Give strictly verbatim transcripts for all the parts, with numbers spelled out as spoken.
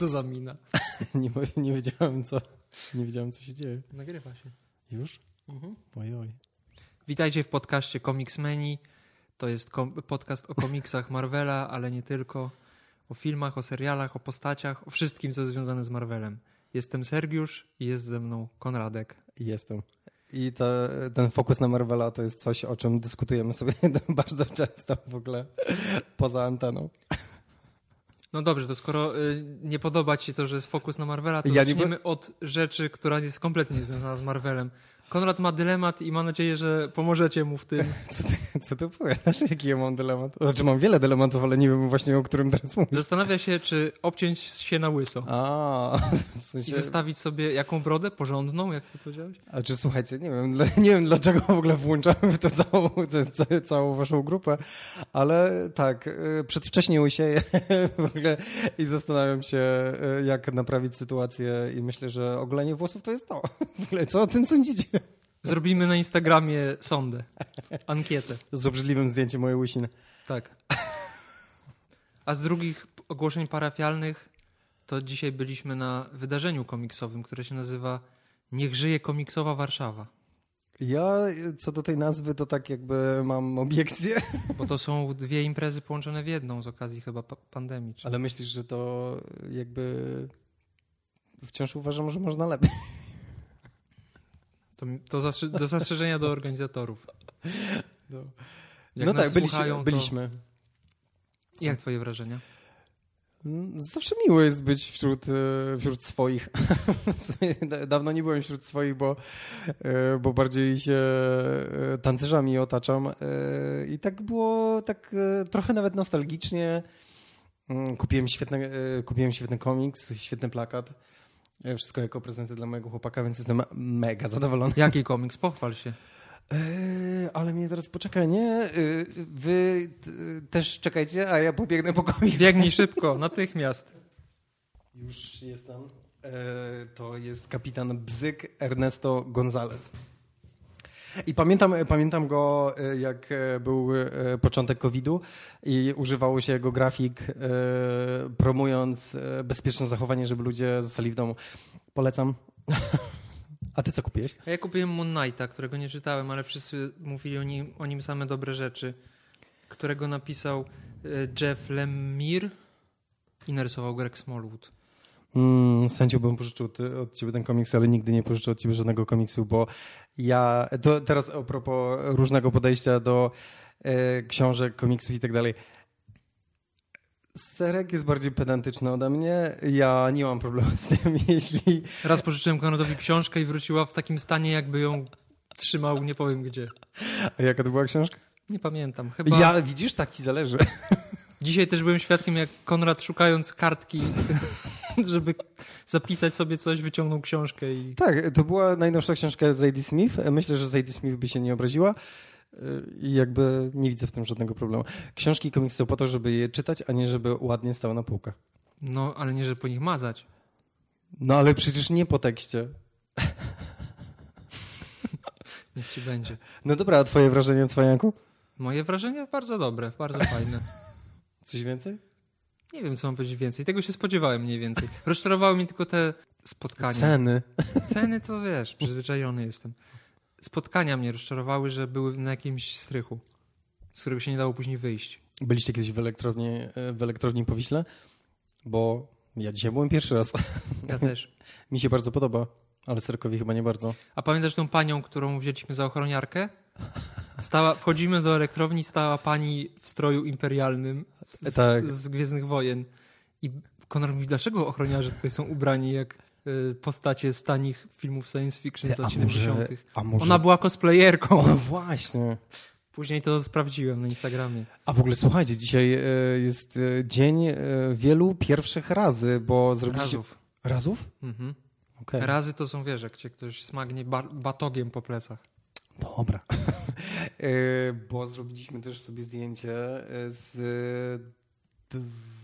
Co za mina. nie, nie wiedziałem, co, nie wiedziałem, co się dzieje. Nagrywa się. Już? Mhm. Oj, oj. Witajcie w podcaście Comicsmeni. To jest kom- podcast o komiksach Marvela, ale nie tylko. O filmach, o serialach, o postaciach, o wszystkim, co jest związane z Marvelem. Jestem Sergiusz i jest ze mną Konradek. Jestem. I to, ten fokus na Marvela to jest coś, o czym dyskutujemy sobie bardzo często w ogóle poza anteną. No dobrze, to skoro y, nie podoba ci to, że jest fokus na Marvela, to ja zaczniemy nie... od rzeczy, która jest kompletnie niezwiązana z Marvelem. Konrad ma dylemat i mam nadzieję, że pomożecie mu w tym. Co ty, co ty powiadasz? Jaki ja mam dylemat? Znaczy mam wiele dylematów, ale nie wiem właśnie, o którym teraz mówisz. Zastanawia się, czy obciąć się na łyso. A, w sensie... I zostawić sobie jaką brodę? Porządną, jak ty powiedziałeś? A czy słuchajcie, nie wiem, nie wiem dlaczego w ogóle włączamy w to całą, tę, całą waszą grupę, ale tak, przedwcześnie łysieję w ogóle i zastanawiam się, jak naprawić sytuację i myślę, że ogolenie włosów to jest to. W ogóle, co o tym sądzicie? Zrobimy na Instagramie sondę, ankietę. Z obrzydliwym zdjęciem mojej łysiny. Tak. A z drugich ogłoszeń parafialnych to dzisiaj byliśmy na wydarzeniu komiksowym, które się nazywa Niech żyje komiksowa Warszawa. Ja co do tej nazwy to tak jakby mam obiekcje. Bo to są dwie imprezy połączone w jedną z okazji chyba pa- pandemii. Czy... Ale myślisz, że to jakby wciąż uważam, że można lepiej. To, to zastrze- do zastrzeżenia do organizatorów. No, Jak no nas tak, byliśmy. słuchają, to... byliśmy. Jak twoje wrażenia? Zawsze miło jest być wśród, wśród swoich. Dawno nie byłem wśród swoich, bo, bo bardziej się tancerzami otaczam. I tak było tak trochę nawet nostalgicznie. Kupiłem świetny, kupiłem świetny komiks, świetny plakat. Wszystko jako prezenty dla mojego chłopaka, więc jestem mega zadowolony. Jaki komiks? Pochwal się. Eee, ale mnie teraz poczekaj, nie? Yy, wy t, też czekajcie, a ja pobiegnę po komiks. Biegnij szybko, natychmiast. Już jestem. Eee, to jest kapitan Bzyk Ernesto González. I pamiętam, pamiętam go, jak był początek kowida i używało się jego grafik, e, promując bezpieczne zachowanie, żeby ludzie zostali w domu. Polecam. A ty co kupiłeś? A ja kupiłem Moon Knighta, którego nie czytałem, ale wszyscy mówili o nim, o nim same dobre rzeczy, którego napisał Jeff Lemire i narysował Greg Smallwood. Mm, z chęcią bym pożyczył ty, od ciebie ten komiks, ale nigdy nie pożyczę od ciebie żadnego komiksu, bo ja... To teraz a propos różnego podejścia do e, książek, komiksów i tak dalej. Serek jest bardziej pedantyczny ode mnie. Ja nie mam problemu z tym, jeśli... Raz pożyczyłem Konradowi książkę i wróciła w takim stanie, jakby ją trzymał, nie powiem gdzie. A jaka to była książka? Nie pamiętam. Chyba... Ja, widzisz, tak ci zależy. Dzisiaj też byłem świadkiem, jak Konrad szukając kartki, żeby zapisać sobie coś, wyciągnął książkę i... Tak, to była najnowsza książka Zadie Smith. Myślę, że Zadie Smith by się nie obraziła. I jakby nie widzę w tym żadnego problemu. Książki i komiksy są po to, żeby je czytać, a nie żeby ładnie stały na półkach. No, ale nie, żeby po nich mazać. No, ale przecież nie po tekście. Niech ci będzie. No dobra, a twoje wrażenie, Cwaniaku? Moje wrażenie? Bardzo dobre, bardzo fajne. Coś więcej? Nie wiem, co mam powiedzieć więcej. Tego się spodziewałem mniej więcej. Rozczarowały mnie tylko te spotkania. Ceny. Ceny to wiesz, przyzwyczajony jestem. Spotkania mnie rozczarowały, że były na jakimś strychu, z którego się nie dało później wyjść. Byliście kiedyś w elektrowni, w elektrowni po Wiśle? Bo ja dzisiaj byłem pierwszy raz. Ja też. Mi się bardzo podoba, ale Serkowi chyba nie bardzo. A pamiętasz tą panią, którą wzięliśmy za ochroniarkę? Stała, wchodzimy do elektrowni, stała pani w stroju imperialnym z, tak. z Gwiezdnych Wojen. I Konrad mówi, dlaczego ochroniarze tutaj są ubrani jak y, postacie z tanich filmów science fiction z lat siedemdziesiątych. A może... Ona była cosplayerką. O, właśnie. Później to sprawdziłem na Instagramie. A w ogóle słuchajcie, dzisiaj jest dzień wielu pierwszych razy, bo zrobiliście... Razów. Razów? Mhm. Okay. Razy to są, wiesz, jak cię ktoś smagnie ba- batogiem po plecach. Dobra. Bo zrobiliśmy też sobie zdjęcie z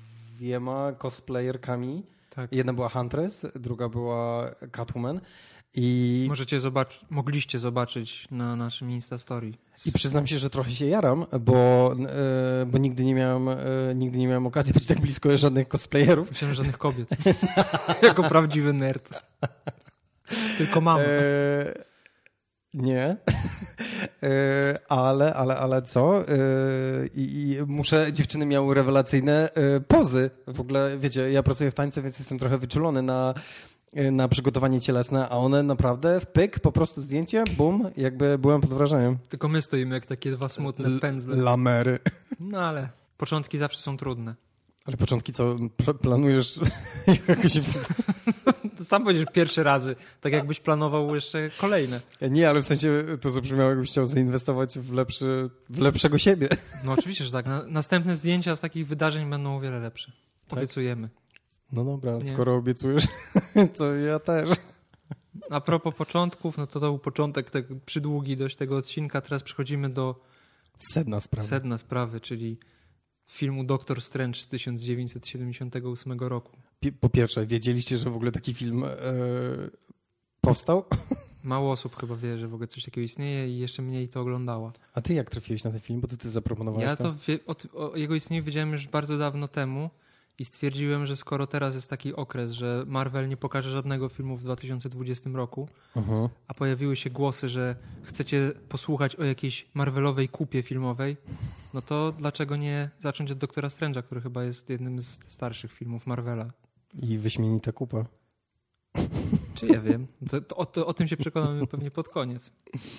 dwiema cosplayerkami. Tak. Jedna była Huntress, druga była Catwoman. I, Możecie zobaczyć, mogliście zobaczyć na naszym Insta Story. I przyznam się, że trochę się jaram, bo, e, bo nigdy nie miałem e, nigdy nie miałem okazji być tak blisko żadnych cosplayerów. Myślałem, żadnych kobiet. Jako prawdziwy nerd. Tylko mamy. E, nie. E, ale, ale, ale co? E, i, I muszę, dziewczyny miały rewelacyjne e, pozy. W ogóle, wiecie, ja pracuję w tańcu, więc jestem trochę wyczulony na na przygotowanie cielesne, a one naprawdę w pyk, po prostu zdjęcie, bum, jakby byłem pod wrażeniem. Tylko my stoimy jak takie dwa smutne pędzle. Lamery. No ale początki zawsze są trudne. Ale początki co, pl- planujesz jakoś... To sam będziesz pierwszy razy, tak jakbyś planował jeszcze kolejne. Nie, ale w sensie to zabrzmiało, jakbyś chciał zainwestować w, lepszy, w lepszego siebie. No oczywiście, że tak. Na, następne zdjęcia z takich wydarzeń będą o wiele lepsze. Obiecujemy. No dobra, Nie. skoro obiecujesz, to ja też. A propos początków, no to to był początek tak przydługi dość tego odcinka. Teraz przechodzimy do sedna sprawy. sedna sprawy, czyli filmu Doktor Strange z tysiąc dziewięćset siedemdziesiątego ósmego roku. Po pierwsze, wiedzieliście, że w ogóle taki film e, powstał? Mało osób chyba wie, że w ogóle coś takiego istnieje i jeszcze mniej to oglądała. A ty jak trafiłeś na ten film? Bo to ty zaproponowałeś Ja to. to wie, o, o jego istnieniu wiedziałem już bardzo dawno temu i stwierdziłem, że skoro teraz jest taki okres, że Marvel nie pokaże żadnego filmu w dwa tysiące dwudziestym roku, Uh-huh. a pojawiły się głosy, że chcecie posłuchać o jakiejś Marvelowej kupie filmowej, no to dlaczego nie zacząć od Doktora Strange'a, który chyba jest jednym z starszych filmów Marvela. I wyśmienita kupa. Czy ja wiem? To, to, o, to, o tym się przekonamy pewnie pod koniec.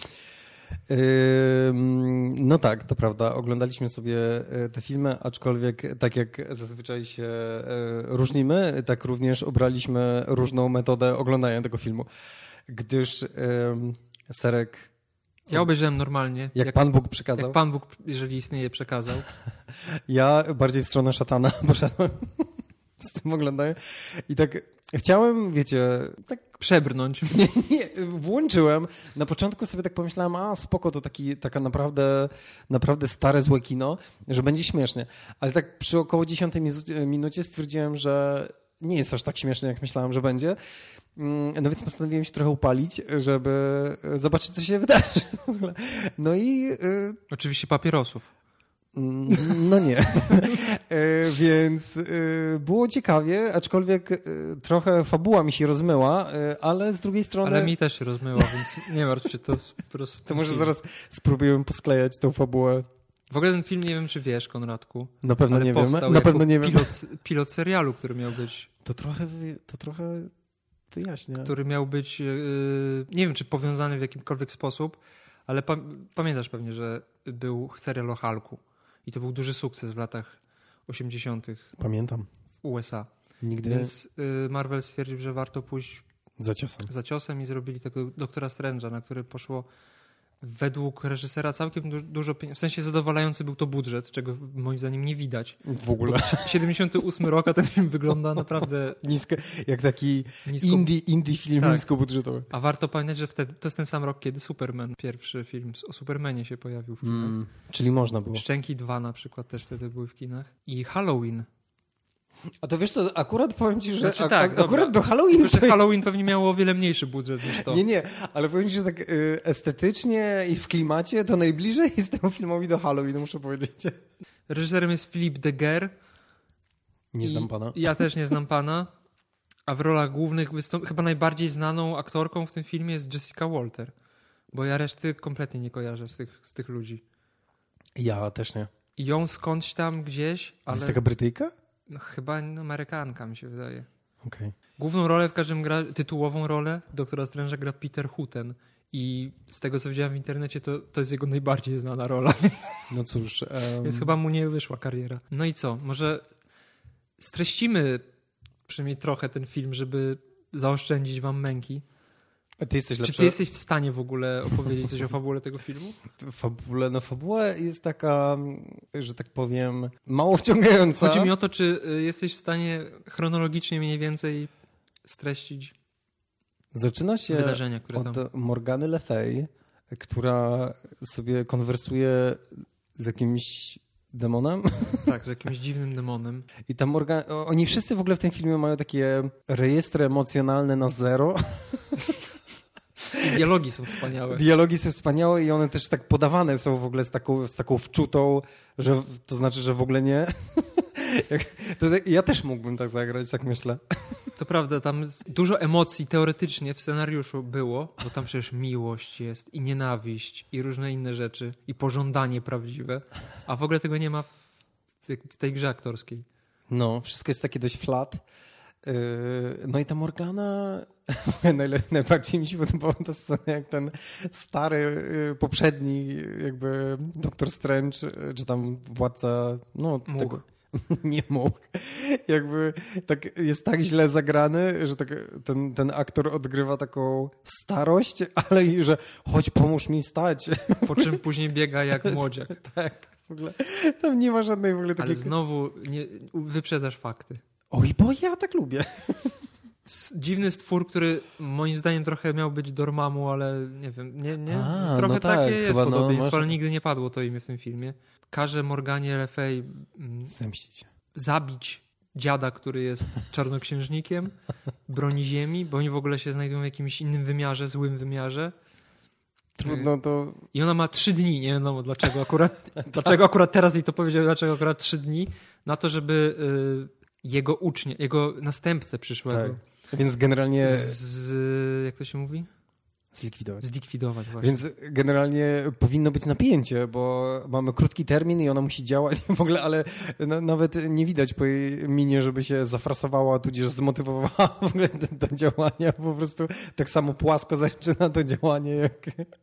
No tak, to prawda. Oglądaliśmy sobie te filmy, aczkolwiek tak jak zazwyczaj się różnimy, tak również obraliśmy różną metodę oglądania tego filmu. Gdyż Serek... Ja obejrzałem normalnie. Jak, jak Pan Bóg przekazał. Jak Pan Bóg, jeżeli istnieje, przekazał. Ja bardziej w stronę szatana poszedłem z tym oglądaniem. I tak chciałem, wiecie, tak... Przebrnąć. Nie, nie, włączyłem. Na początku sobie tak pomyślałem, a spoko, to taki, taka naprawdę, naprawdę stare, złe kino, że będzie śmiesznie. Ale tak przy około dziesiątej minucie stwierdziłem, że nie jest aż tak śmiesznie, jak myślałem, że będzie. No więc postanowiłem się trochę upalić, żeby zobaczyć, co się wydarzy w ogóle. No i... Yy... Oczywiście papierosów. No nie. Więc było ciekawie, aczkolwiek trochę fabuła mi się rozmyła, ale z drugiej strony... Ale mi też się rozmyła, więc nie martw się, to jest po prostu... To może film. Zaraz spróbujemy posklejać tą fabułę. W ogóle ten film, nie wiem czy wiesz, Konradku. Na pewno nie wiem. Na pewno nie pilot, wiem. Pilot serialu, który miał być... To trochę, to trochę wyjaśnia. Który miał być, yy, nie wiem czy powiązany w jakimkolwiek sposób, ale pa pamiętasz pewnie, że był serial o Hulku. I to był duży sukces w latach osiemdziesiątych. Pamiętam. W U S A. Nigdy... Więc y, Marvel stwierdził, że warto pójść za ciosem. za ciosem i zrobili tego Doktora Strange'a, na który poszło według reżysera całkiem du dużo pieniędzy. W sensie zadowalający był to budżet, czego moim zdaniem nie widać. W ogóle. Bo siedemdziesiąty ósmy rok, a ten film wygląda naprawdę... Nisko, jak taki nisko... indie, indie film tak. niskobudżetowy. A warto pamiętać, że wtedy to jest ten sam rok, kiedy Superman, pierwszy film o Supermanie się pojawił w kinach. Mm, czyli można było. Szczęki dwa na przykład też wtedy były w kinach. I Halloween. A to wiesz co, akurat powiem ci, że znaczy, a, tak, a, akurat dobra. do Halloween... Tylko, że Halloween pewnie miało o wiele mniejszy budżet niż to. Nie, nie, ale powiem ci, że tak y, estetycznie i w klimacie to najbliżej jest temu filmowi do Halloween, muszę powiedzieć. Reżyserem jest Philippe de Guer. Nie znam pana. Ja też nie znam pana. A w rolach głównych chyba najbardziej znaną aktorką w tym filmie jest Jessica Walter. Bo ja reszty kompletnie nie kojarzę z tych, z tych ludzi. Ja też nie. I ją skądś tam gdzieś, ale... Jest taka Brytyjka? No, chyba Amerykanka mi się wydaje. Okay. Główną rolę w każdym gra, tytułową rolę Doktora Strange'a gra Peter Hutton. I z tego co widziałem w internecie, to, to jest jego najbardziej znana rola. Więc, no cóż. Um... więc chyba mu nie wyszła kariera. No i co? Może streścimy przynajmniej trochę ten film, żeby zaoszczędzić wam męki. A ty jesteś lepsza... Czy ty jesteś w stanie w ogóle opowiedzieć coś o fabule tego filmu? Fabule, no fabuła jest taka, że tak powiem, mało wciągająca. Chodzi mi o to, czy jesteś w stanie chronologicznie mniej więcej streścić Zaczyna się wydarzenia, które od tam... Morgany Le Fay, która sobie konwersuje z jakimś demonem. Tak, z jakimś dziwnym demonem. I tam Morgan... Oni wszyscy w ogóle w tym filmie mają takie rejestry emocjonalne na zero. I dialogi są wspaniałe. Dialogi są wspaniałe i one też tak podawane są w ogóle z taką, z taką wczutą, że to znaczy, że w ogóle nie. To tak, ja też mógłbym tak zagrać, tak myślę. To prawda, tam dużo emocji teoretycznie w scenariuszu było, bo tam przecież miłość jest i nienawiść i różne inne rzeczy i pożądanie prawdziwe, a w ogóle tego nie ma w, w tej grze aktorskiej. No, wszystko jest takie dość flat. No i ta Morgana, najbardziej mi się podobała ta scena, jak ten stary, poprzedni jakby Doktor Strange, czy tam władca, no Mógł. tego, nie mógł, jakby tak jest tak źle zagrany, że tak, ten, ten aktor odgrywa taką starość, ale i że chodź pomóż mi stać. Po czym później biega jak młodziak. Tak, w ogóle tam nie ma żadnej w ogóle takiej... Ale znowu nie, wyprzedzasz fakty. Oj, bo ja tak lubię. Dziwny stwór, który moim zdaniem trochę miał być Dormammu, ale nie wiem, nie, nie. A, trochę no tak, takie jest chyba, no, podobieństwo, może... ale nigdy nie padło to imię w tym filmie. Każe Morganie Le Fay mm, zemścić. Zabić dziada, który jest czarnoksiężnikiem, broni ziemi, bo oni w ogóle się znajdują w jakimś innym wymiarze, złym wymiarze. Trudno to... I ona ma trzy dni, nie wiadomo dlaczego akurat, dlaczego akurat teraz jej to powiedział, dlaczego akurat trzy dni, na to, żeby y, jego ucznia, jego następcę przyszłego. Tak. Więc generalnie... Z, jak to się mówi? Zlikwidować. Zlikwidować właśnie. Więc generalnie powinno być napięcie, bo mamy krótki termin i ona musi działać w ogóle, ale na, nawet nie widać po jej minie, żeby się zafrasowała, tudzież zmotywowała w ogóle do, do działania. Po prostu tak samo płasko zaczyna to działanie jak...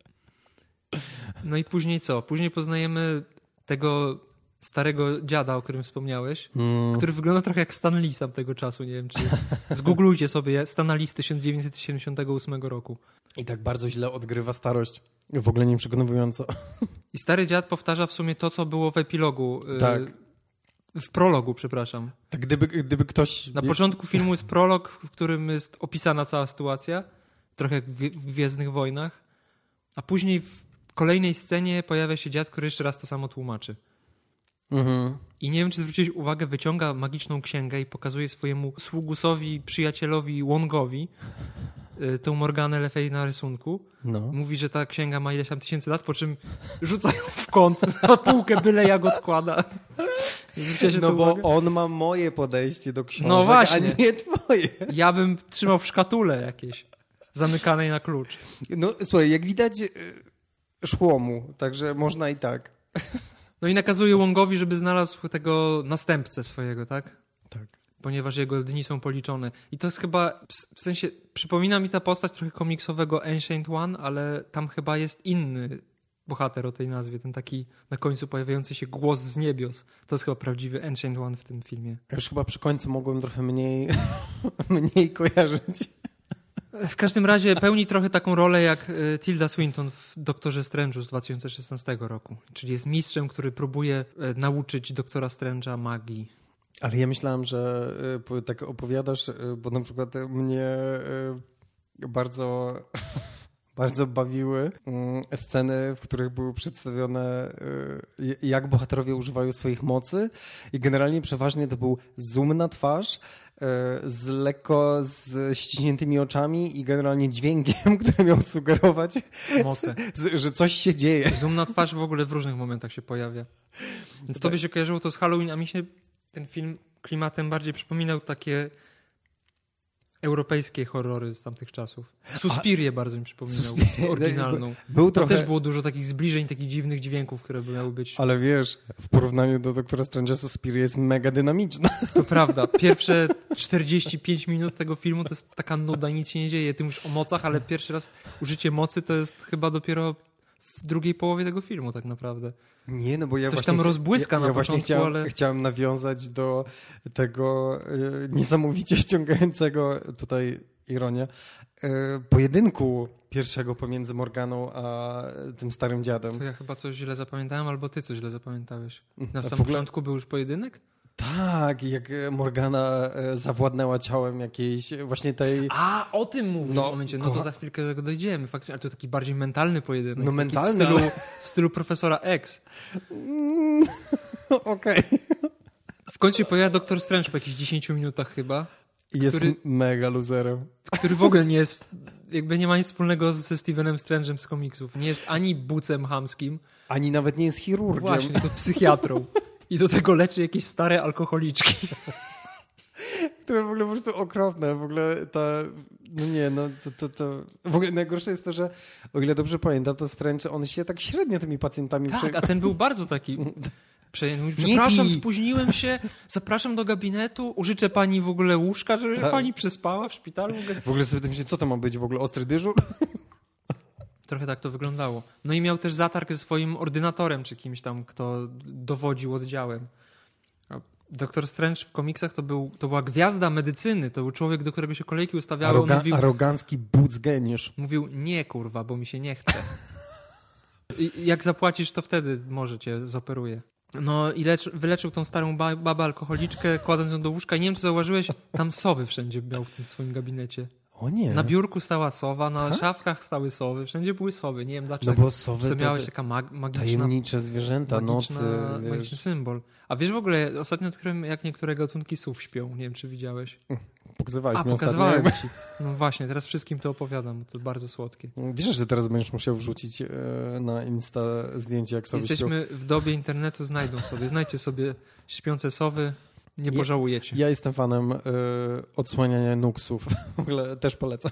No i później co? Później poznajemy tego starego dziada, o którym wspomniałeś, mm. który wygląda trochę jak Stan Lee sam tego czasu. Nie wiem, czy zgooglujcie sobie Stana Lee z tysiąc dziewięćset siedemdziesiątego ósmego roku. I tak bardzo źle odgrywa starość. W ogóle nie przekonująco. I stary dziad powtarza w sumie to, co było w epilogu. Tak. W prologu, przepraszam. Tak gdyby, gdyby ktoś... Na początku filmu jest prolog, w którym jest opisana cała sytuacja. Trochę jak w Gwiezdnych Wojnach. A później w kolejnej scenie pojawia się dziad, który jeszcze raz to samo tłumaczy. Mhm. I nie wiem, czy zwróciłeś uwagę, wyciąga magiczną księgę i pokazuje swojemu sługusowi, przyjacielowi Wongowi y, tą Morganę Le Fay na rysunku. No. Mówi, że ta księga ma ileś tam tysięcy lat, po czym rzuca ją w kąt na półkę, byle jak odkłada. No bo uwagę? On ma moje podejście do książek, no właśnie. a nie twoje. Ja bym trzymał w szkatule jakieś, zamykanej na klucz. No słuchaj, jak widać szło mu, także można i tak. No i nakazuje Wongowi, żeby znalazł tego następcę swojego, tak? Tak. Ponieważ jego dni są policzone. I to jest chyba, w sensie, przypomina mi ta postać trochę komiksowego Ancient One, ale tam chyba jest inny bohater o tej nazwie, ten taki na końcu pojawiający się głos z niebios. To jest chyba prawdziwy Ancient One w tym filmie. Ja już chyba przy końcu mogłem trochę mniej, mniej kojarzyć. W każdym razie pełni trochę taką rolę jak Tilda Swinton w Doktorze Strange'u z dwa tysiące szesnastego roku. Czyli jest mistrzem, który próbuje nauczyć Doktora Strange'a magii. Ale ja myślałem, że tak opowiadasz, bo na przykład mnie bardzo... bardzo bawiły sceny, w których były przedstawione, jak bohaterowie używają swoich mocy i generalnie przeważnie to był zoom na twarz z lekko z ściśniętymi oczami i generalnie dźwiękiem, który miał sugerować, moce. że coś się dzieje. Zoom na twarz w ogóle w różnych momentach się pojawia. Więc tak. Tobie się kojarzyło to z Halloween, a mi się ten film klimatem bardziej przypominał takie europejskie horrory z tamtych czasów. Suspirię bardzo mi przypominał, Suspir... oryginalną. Był Tam trochę... też było dużo takich zbliżeń, takich dziwnych dźwięków, które by miały być... Ale wiesz, w porównaniu do Doktora Strange'a Suspiria jest mega dynamiczna. To prawda. Pierwsze czterdzieści pięć minut tego filmu to jest taka nuda, nic się nie dzieje. Ty mówisz o mocach, ale pierwszy raz użycie mocy to jest chyba dopiero w drugiej połowie tego filmu tak naprawdę. Nie, no bo ja Coś właśnie tam rozbłyska ja, na ja początku, właśnie chciałem, ale... chciałem nawiązać do tego y, niesamowicie ściągającego, tutaj ironia, y, pojedynku pierwszego pomiędzy Morganą a tym starym dziadem. To ja chyba coś źle zapamiętałem, albo ty coś źle zapamiętałeś. Na samym ogóle... początku był już pojedynek? Tak, jak Morgana zawładnęła ciałem jakiejś właśnie tej... A, o tym mówię no, w momencie. No to za chwilkę do tego dojdziemy. Faktycznie, ale to taki bardziej mentalny pojedynek. No mentalny, w stylu, ale... w stylu Profesora X. Mm, Okej. Okay. W końcu się pojawia Doktor Strange po jakichś dziesięciu minutach chyba. Jest który, mega luzerem. Który w ogóle nie jest jakby nie ma nic wspólnego ze Stevenem Strange'em z komiksów. Nie jest ani bucem chamskim. Ani nawet nie jest chirurgiem. Właśnie, tylko psychiatrą. I do tego leczy jakieś stare alkoholiczki. Które w ogóle po prostu okropne. W ogóle ta... No nie, no to, to, to... W ogóle najgorsze jest to, że o ile dobrze pamiętam, to Strange, on się tak średnio tymi pacjentami... Tak, przy... a ten był bardzo taki... Przejęty. Przepraszam, spóźniłem się, zapraszam do gabinetu, użyczę pani w ogóle łóżka, żeby tak. pani przespała w szpitalu. W ogóle sobie myślę, co to ma być w ogóle, ostry dyżur? Trochę tak to wyglądało. No i miał też zatarg ze swoim ordynatorem, czy kimś tam, kto dowodził oddziałem. Doktor Strange w komiksach to, był, to była gwiazda medycyny, to był człowiek, do którego się kolejki ustawiały. Aroga- mówił, arogancki buc geniusz. Mówił, nie kurwa, bo mi się nie chce. I jak zapłacisz, to wtedy może cię zoperuję. No i lecz, wyleczył tą starą ba- babę alkoholiczkę, kładąc ją do łóżka. Nie wiem, czy zauważyłeś, tam sowy wszędzie miał w tym swoim gabinecie. O nie. Na biurku stała sowa, na ha? szafkach stały sowy, wszędzie były sowy. Nie wiem dlaczego. No bo sowy to to miałeś taka mag- magiczna... Tajemnicze zwierzęta, magiczna, nocy. Magiczny symbol. A wiesz w ogóle, ostatnio odkryłem, jak niektóre gatunki sów śpią. Nie wiem, czy widziałeś. Pokazywałeś A, mi pokazywałem ostatnio. ci. No właśnie, teraz wszystkim to opowiadam. To bardzo słodkie. Wiesz, że teraz będziesz musiał wrzucić na Insta zdjęcie, jak sobie Jesteśmy śpią. w dobie internetu, znajdą sobie. Znajdźcie sobie śpiące sowy, nie pożałujecie. Ja, ja jestem fanem y, odsłaniania nuksów. W ogóle też polecam.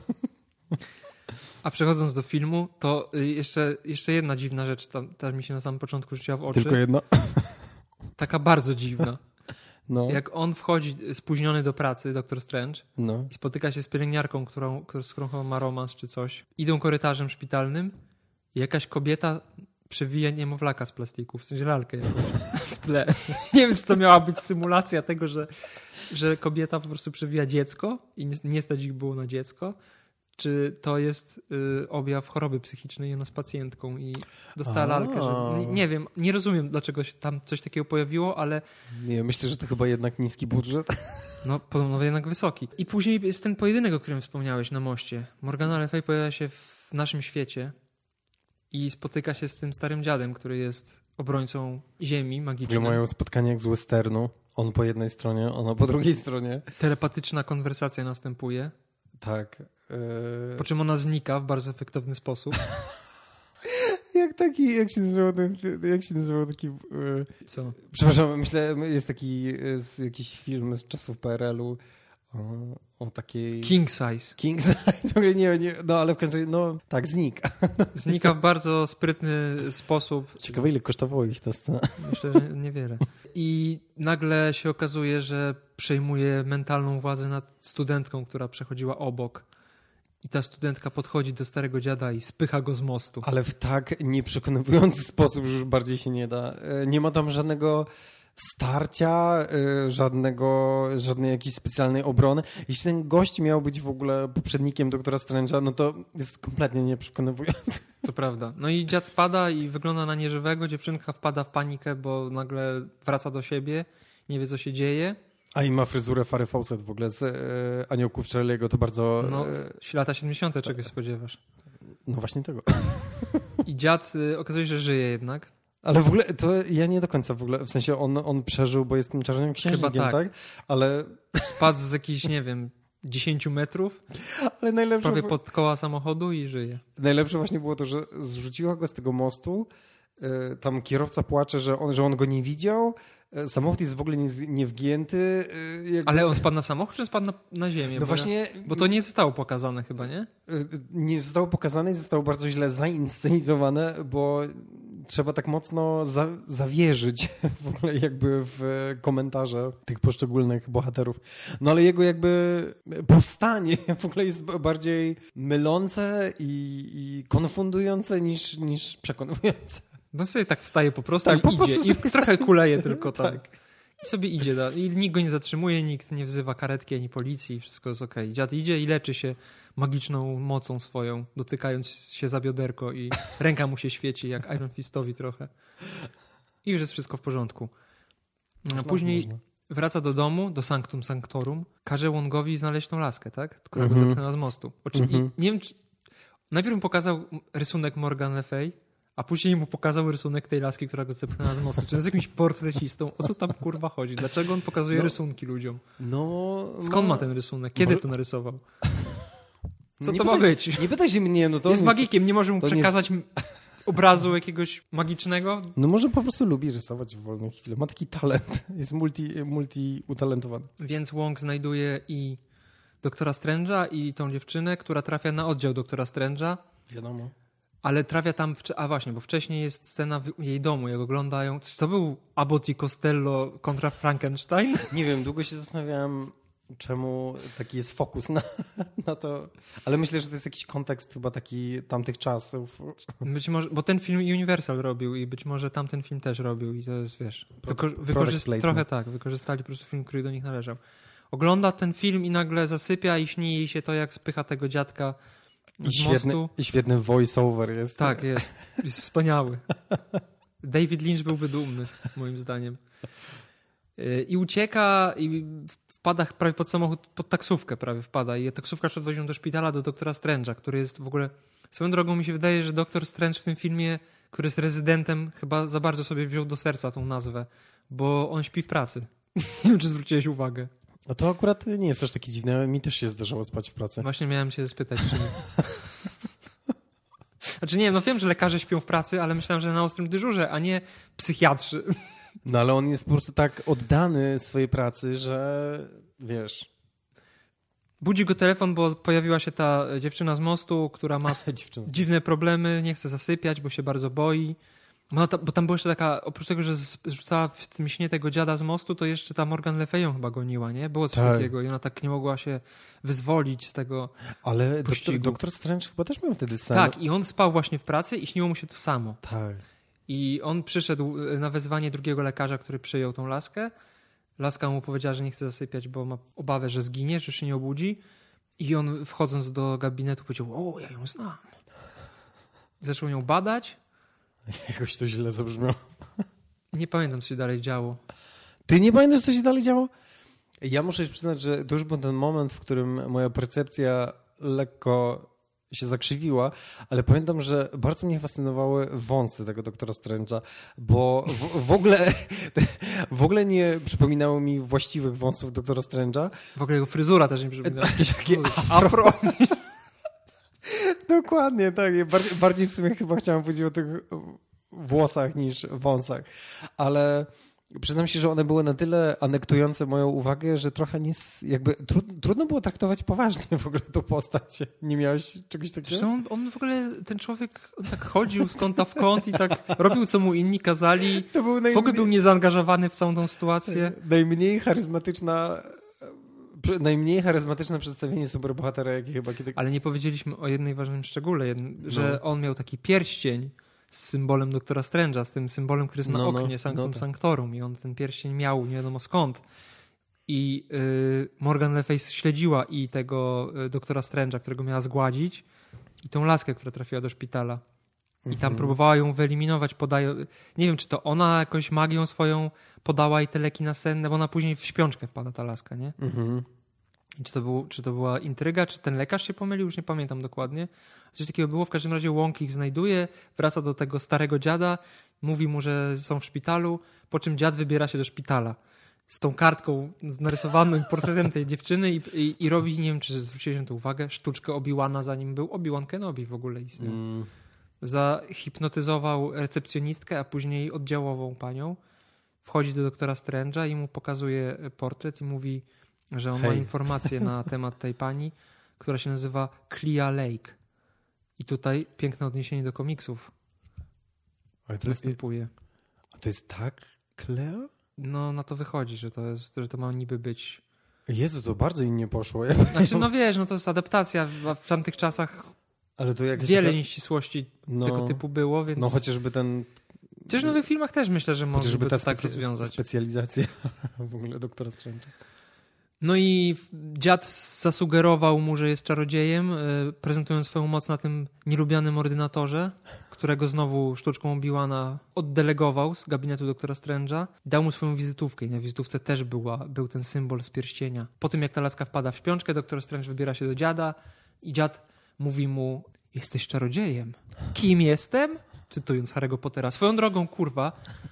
A przechodząc do filmu, to jeszcze, jeszcze jedna dziwna rzecz tam, tam mi się na samym początku rzuciła w oczy. Tylko jedna? Taka bardzo dziwna. No. Jak on wchodzi spóźniony do pracy, doktor Strange, no. i spotyka się z pielęgniarką, którą, z którą chyba ma romans czy coś. Idą korytarzem szpitalnym i jakaś kobieta przewija niemowlaka z plastiku, w sensie lalkę jakąś w tle. Nie wiem, czy to miała być symulacja tego, że, że kobieta po prostu przewija dziecko i nie, nie stać ich było na dziecko, czy to jest y, objaw choroby psychicznej i ona z pacjentką i dostała A. lalkę. Że, nie, nie wiem, nie rozumiem, dlaczego się tam coś takiego pojawiło, ale... Nie, myślę, że to chyba jednak niski budżet. No, podobno jednak wysoki. I później jest ten pojedynek, o którym wspomniałeś na moście. Morgana Le Fay pojawia się w naszym świecie i spotyka się z tym starym dziadem, który jest obrońcą ziemi magicznej. Mają spotkanie jak z westernu. On po jednej stronie, ona po drugiej stronie. Telepatyczna konwersacja następuje. Tak. Yy... Po czym ona znika w bardzo efektowny sposób. jak taki, jak się nazywał ten, jak się nazywał taki... Yy... Co? Przepraszam, myślę, jest taki jest jakiś film z czasów P R L-u o, o takiej... King Size. King Size, nie, nie, no ale w końcu, no tak, znika. Znika w bardzo sprytny sposób. Ciekawe, ile kosztowało ich ta scena. Myślę, że niewiele. I nagle się okazuje, że przejmuje mentalną władzę nad studentką, która przechodziła obok. I ta studentka podchodzi do starego dziada i spycha go z mostu. Ale w tak nieprzekonujący sposób, że już bardziej się nie da. Nie ma tam żadnego starcia, żadnego, żadnej jakiejś specjalnej obrony. Jeśli ten gość miał być w ogóle poprzednikiem doktora Strange'a, no to jest kompletnie nieprzekonujący. To prawda. No i dziad spada i wygląda na nieżywego. Dziewczynka wpada w panikę, bo nagle wraca do siebie, nie wie co się dzieje. A i ma fryzurę Farry Fawcett w ogóle z e, Aniołków Charlie'ego, to bardzo... No, lata siedemdziesiąte czegoś spodziewasz. No właśnie tego. I dziad y, okazuje się, że żyje jednak. Ale w ogóle to ja nie do końca w ogóle, w sensie on, on przeżył, bo jest tym czarnym księżnikiem, Chyba tak. tak? Ale... Spadł z jakichś, nie wiem, dziesięciu metrów, Ale najlepsze... prawie pod koła samochodu i żyje. Najlepsze właśnie było to, że zrzuciła go z tego mostu, tam kierowca płacze, że on, że on go nie widział, samochód jest w ogóle nie, niewgięty. Jakby... Ale on spadł na samochód, czy spadł na, na ziemię? No bo właśnie... Ja, bo to nie zostało pokazane chyba, nie? Nie zostało pokazane i zostało bardzo źle zainscenizowane, bo trzeba tak mocno za, zawierzyć w ogóle jakby w komentarze tych poszczególnych bohaterów. No ale jego jakby powstanie w ogóle jest bardziej mylące i, i konfundujące niż, niż przekonujące. No sobie tak wstaje po prostu tak, i po idzie. prostu I trochę wstaje. kuleje tylko tam. Tak. I sobie idzie. Da. I nikt go nie zatrzymuje, nikt nie wzywa karetki ani policji. Wszystko jest okej. Okay. Dziad idzie i leczy się magiczną mocą swoją, dotykając się za bioderko i ręka mu się świeci, jak Iron Fistowi trochę. I już jest wszystko w porządku. A później można. Wraca do domu, do Sanctum Sanctorum, każe Wongowi znaleźć tą laskę, tak? Która mm-hmm. go zepchnęła z mostu. Oczy... Mm-hmm. Nie wiem, czy... Najpierw mu pokazał rysunek Morgan Le Fay, a później mu pokazał rysunek tej laski, która go zepchnęła z mostu. Czy on jest jakimś portrecistą? O co tam kurwa chodzi? Dlaczego on pokazuje no, rysunki ludziom? No, Skąd no, ma ten rysunek? Kiedy może... to narysował? Co nie to pytaj, ma być? Nie pytaj się mnie, no to Jest on magikiem, nie może mu przekazać jest... obrazu jakiegoś magicznego. No może po prostu lubi rysować w wolnych chwilach. Ma taki talent. Jest multi, multi utalentowany. Więc Wong znajduje i doktora Strange'a i tą dziewczynę, która trafia na oddział doktora Strange'a. Wiadomo. Ale trafia tam, w, a właśnie, bo wcześniej jest scena w jej domu, jak oglądają. Czy to był Abbott i Costello kontra Frankenstein? Nie wiem, długo się zastanawiałem, czemu taki jest fokus na, na to. Ale myślę, że to jest jakiś kontekst chyba taki tamtych czasów. Być może, bo ten film Universal robił i być może tamten film też robił i to jest, wiesz, wyko- wykorzyst- trochę tak, wykorzystali po prostu film, który do nich należał. Ogląda ten film i nagle zasypia i śni jej się to, jak spycha tego dziadka I z świetny, mostu. I świetny voice-over jest. Tak, jest. Jest wspaniały. David Lynch byłby dumny, moim zdaniem. I ucieka i wpada prawie pod samochód, pod taksówkę prawie wpada i taksówkarz odwozi ją do szpitala, do doktora Strange'a, który jest w ogóle... Swoją drogą mi się wydaje, że doktor Strange w tym filmie, który jest rezydentem, chyba za bardzo sobie wziął do serca tą nazwę, bo on śpi w pracy. Nie wiem, czy zwróciłeś uwagę. No to akurat nie jest też taki dziwne. Mi też się zdarzało spać w pracy. Właśnie miałem cię spytać, czy nie. Znaczy nie wiem, no wiem, że lekarze śpią w pracy, ale myślałem, że na ostrym dyżurze, a nie psychiatrzy. No ale on jest po prostu tak oddany swojej pracy, że wiesz... Budzi go telefon, bo pojawiła się ta dziewczyna z mostu, która ma dziwne problemy, nie chce zasypiać, bo się bardzo boi. No, ta, bo tam była jeszcze taka, oprócz tego, że zrzucała w tym śnie tego dziada z mostu, to jeszcze ta Morgan Le Fay ją chyba goniła, nie? Było coś tak. takiego i ona tak nie mogła się wyzwolić z tego Ale pościgu. doktor, doktor Strange chyba też miał wtedy sen. Tak, i on spał właśnie w pracy i śniło mu się to samo. Tak. I on przyszedł na wezwanie drugiego lekarza, który przyjął tą laskę. Laska mu powiedziała, że nie chce zasypiać, bo ma obawę, że zginie, że się nie obudzi. I on wchodząc do gabinetu powiedział, o, ja ją znam. Zaczął ją badać. Jakoś to źle zabrzmiało. Nie pamiętam, co się dalej działo. Ty nie pamiętasz, co się dalej działo? Ja muszę się przyznać, że to już był ten moment, w którym moja percepcja lekko się zakrzywiła, ale pamiętam, że bardzo mnie fascynowały wąsy tego doktora Strange'a, bo w, w, ogóle, w ogóle nie przypominały mi właściwych wąsów doktora Strange'a. W ogóle jego fryzura też nie przypomina. Takie afro. Dokładnie, tak. Bardziej, bardziej w sumie chyba chciałem powiedzieć o tych włosach niż wąsach, ale przyznam się, że one były na tyle anektujące moją uwagę, że trochę nie, jakby tru, trudno było traktować poważnie w ogóle tą postać. Nie miałeś czegoś takiego? Zresztą on, on w ogóle, ten człowiek, on tak chodził z kąta w kąt i tak robił, co mu inni kazali. To był najmniej... W ogóle był niezaangażowany w całą tą sytuację. Najmniej charyzmatyczna... Najmniej charyzmatyczne przedstawienie superbohatera, jakie chyba kiedy... Ale nie powiedzieliśmy o jednej ważnym szczególe, że no. on miał taki pierścień z symbolem doktora Strange'a, z tym symbolem, który jest na no, oknie, no, Sanctum no, tak. Sanctorum i on ten pierścień miał nie wiadomo skąd. I y, Morgan Le Fay śledziła i tego y, doktora Strange'a, którego miała zgładzić i tą laskę, która trafiła do szpitala. I tam mhm. próbowała ją wyeliminować, podaje... Nie wiem, czy to ona jakoś magią swoją podała jej te leki nasenne, bo ona później w śpiączkę wpada, ta laska, nie? Mhm. I czy to, był, czy to była intryga, czy ten lekarz się pomylił, już nie pamiętam dokładnie. Coś takiego było, w każdym razie Wong ich znajduje, wraca do tego starego dziada, mówi mu, że są w szpitalu, po czym dziad wybiera się do szpitala z tą kartką, z narysowanym portretem tej dziewczyny i, i, i robi, nie wiem, czy zwróciliście na to uwagę, sztuczkę Obi-Wana, zanim był Obi-Wan Kenobi w ogóle istniał. Mm. Zahipnotyzował recepcjonistkę, a później oddziałową panią. Wchodzi do doktora Strange'a i mu pokazuje portret i mówi, że on Hej. ma informacje na temat tej pani, która się nazywa Clea Lake. I tutaj piękne odniesienie do komiksów Ale to następuje. Jest, a to jest tak Clea? No, na to wychodzi, że to, jest, że to ma niby być... Jezu, to bardzo im nie poszło. Ja znaczy, no wiesz, no to jest adaptacja. W, w tamtych czasach Ale to jak wiele się... nieścisłości no, tego typu było, więc... No chociażby ten... Chociaż w nowych filmach też myślę, że mogliby to tak rozwiązać. Specjalizacja w ogóle doktora Strange'a. No i dziad zasugerował mu, że jest czarodziejem, prezentując swoją moc na tym nielubianym ordynatorze, którego znowu sztuczką Obi-Wana oddelegował z gabinetu doktora Strange'a. Dał mu swoją wizytówkę i na wizytówce też była, był ten symbol z pierścienia. Po tym jak ta laska wpada w śpiączkę, doktor Strange wybiera się do dziada i dziad mówi mu, jesteś czarodziejem. Kim jestem? Cytując Harry'ego Pottera. Swoją drogą, kurwa,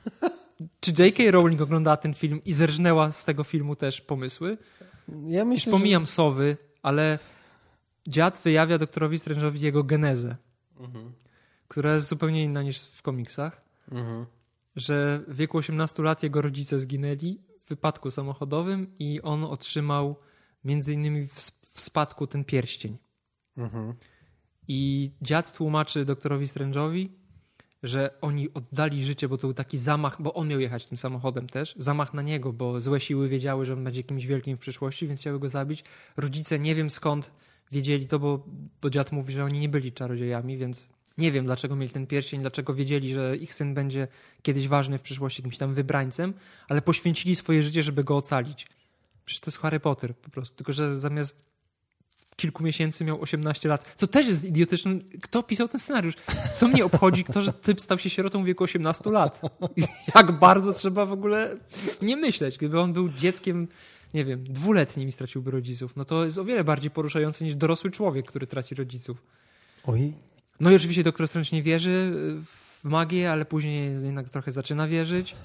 czy J K. Rowling oglądała ten film i zerżnęła z tego filmu też pomysły? Ja myślę, Już pomijam że... sowy, ale dziad wyjawia doktorowi Strange'owi jego genezę, Mhm. która jest zupełnie inna niż w komiksach. Mhm. Że w wieku osiemnastu lat jego rodzice zginęli w wypadku samochodowym i on otrzymał między innymi w, w spadku ten pierścień. Mhm. I dziad tłumaczy doktorowi Strange'owi, że oni oddali życie, bo to był taki zamach, bo on miał jechać tym samochodem też, zamach na niego, bo złe siły wiedziały, że on będzie kimś wielkim w przyszłości, więc chciały go zabić. Rodzice nie wiem skąd wiedzieli to, bo, bo dziad mówi, że oni nie byli czarodziejami, więc nie wiem dlaczego mieli ten pierścień, dlaczego wiedzieli, że ich syn będzie kiedyś ważny w przyszłości, jakimś tam wybrańcem, ale poświęcili swoje życie, żeby go ocalić. Przecież to jest Harry Potter po prostu, tylko że zamiast kilku miesięcy miał osiemnaście lat, co też jest idiotyczne. Kto pisał ten scenariusz? Co mnie obchodzi, kto, że typ stał się sierotą w wieku osiemnastu lat? Jak bardzo trzeba w ogóle nie myśleć. Gdyby on był dzieckiem, nie wiem, dwuletnim i straciłby rodziców, no to jest o wiele bardziej poruszające niż dorosły człowiek, który traci rodziców. Oj. No i oczywiście doktor Strange nie wierzy w magię, ale później jednak trochę zaczyna wierzyć.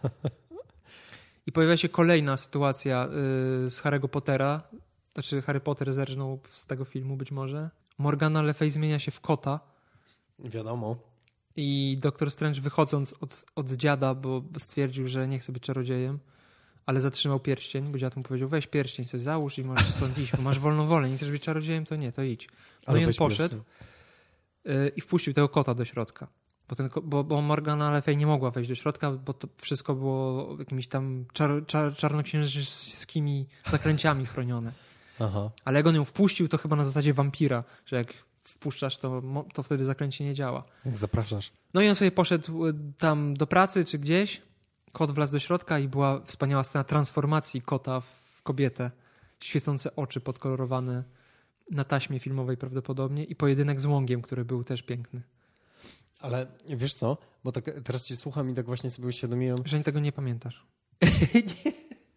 I pojawia się kolejna sytuacja z Harry'ego Pottera. Znaczy Harry Potter zerżnął z tego filmu być może. Morgana Le Fay zmienia się w kota. Wiadomo. I doktor Strange wychodząc od, od dziada, bo stwierdził, że nie chce być czarodziejem, ale zatrzymał pierścień, bo dziad mu powiedział, weź pierścień sobie załóż i możesz stąd iść, bo masz wolną wolę, nie chcesz być czarodziejem, to nie, to idź. No ale i on poszedł y, i wpuścił tego kota do środka. Bo, ten, bo, bo Morgana Le Fay nie mogła wejść do środka, bo to wszystko było jakimiś tam czar, czar, czarnoksiężyckimi zaklęciami chronione. Aha. Ale jak on ją wpuścił, to chyba na zasadzie wampira, że jak wpuszczasz, to, to wtedy zaklęcie nie działa. Jak zapraszasz. No i on sobie poszedł tam do pracy czy gdzieś, kot wlazł do środka i była wspaniała scena transformacji kota w kobietę. Świecące oczy podkolorowane na taśmie filmowej prawdopodobnie i pojedynek z łągiem, który był też piękny. Ale wiesz co, bo tak teraz cię słucham i tak właśnie sobie uświadomiłem... Że tego nie pamiętasz. nie.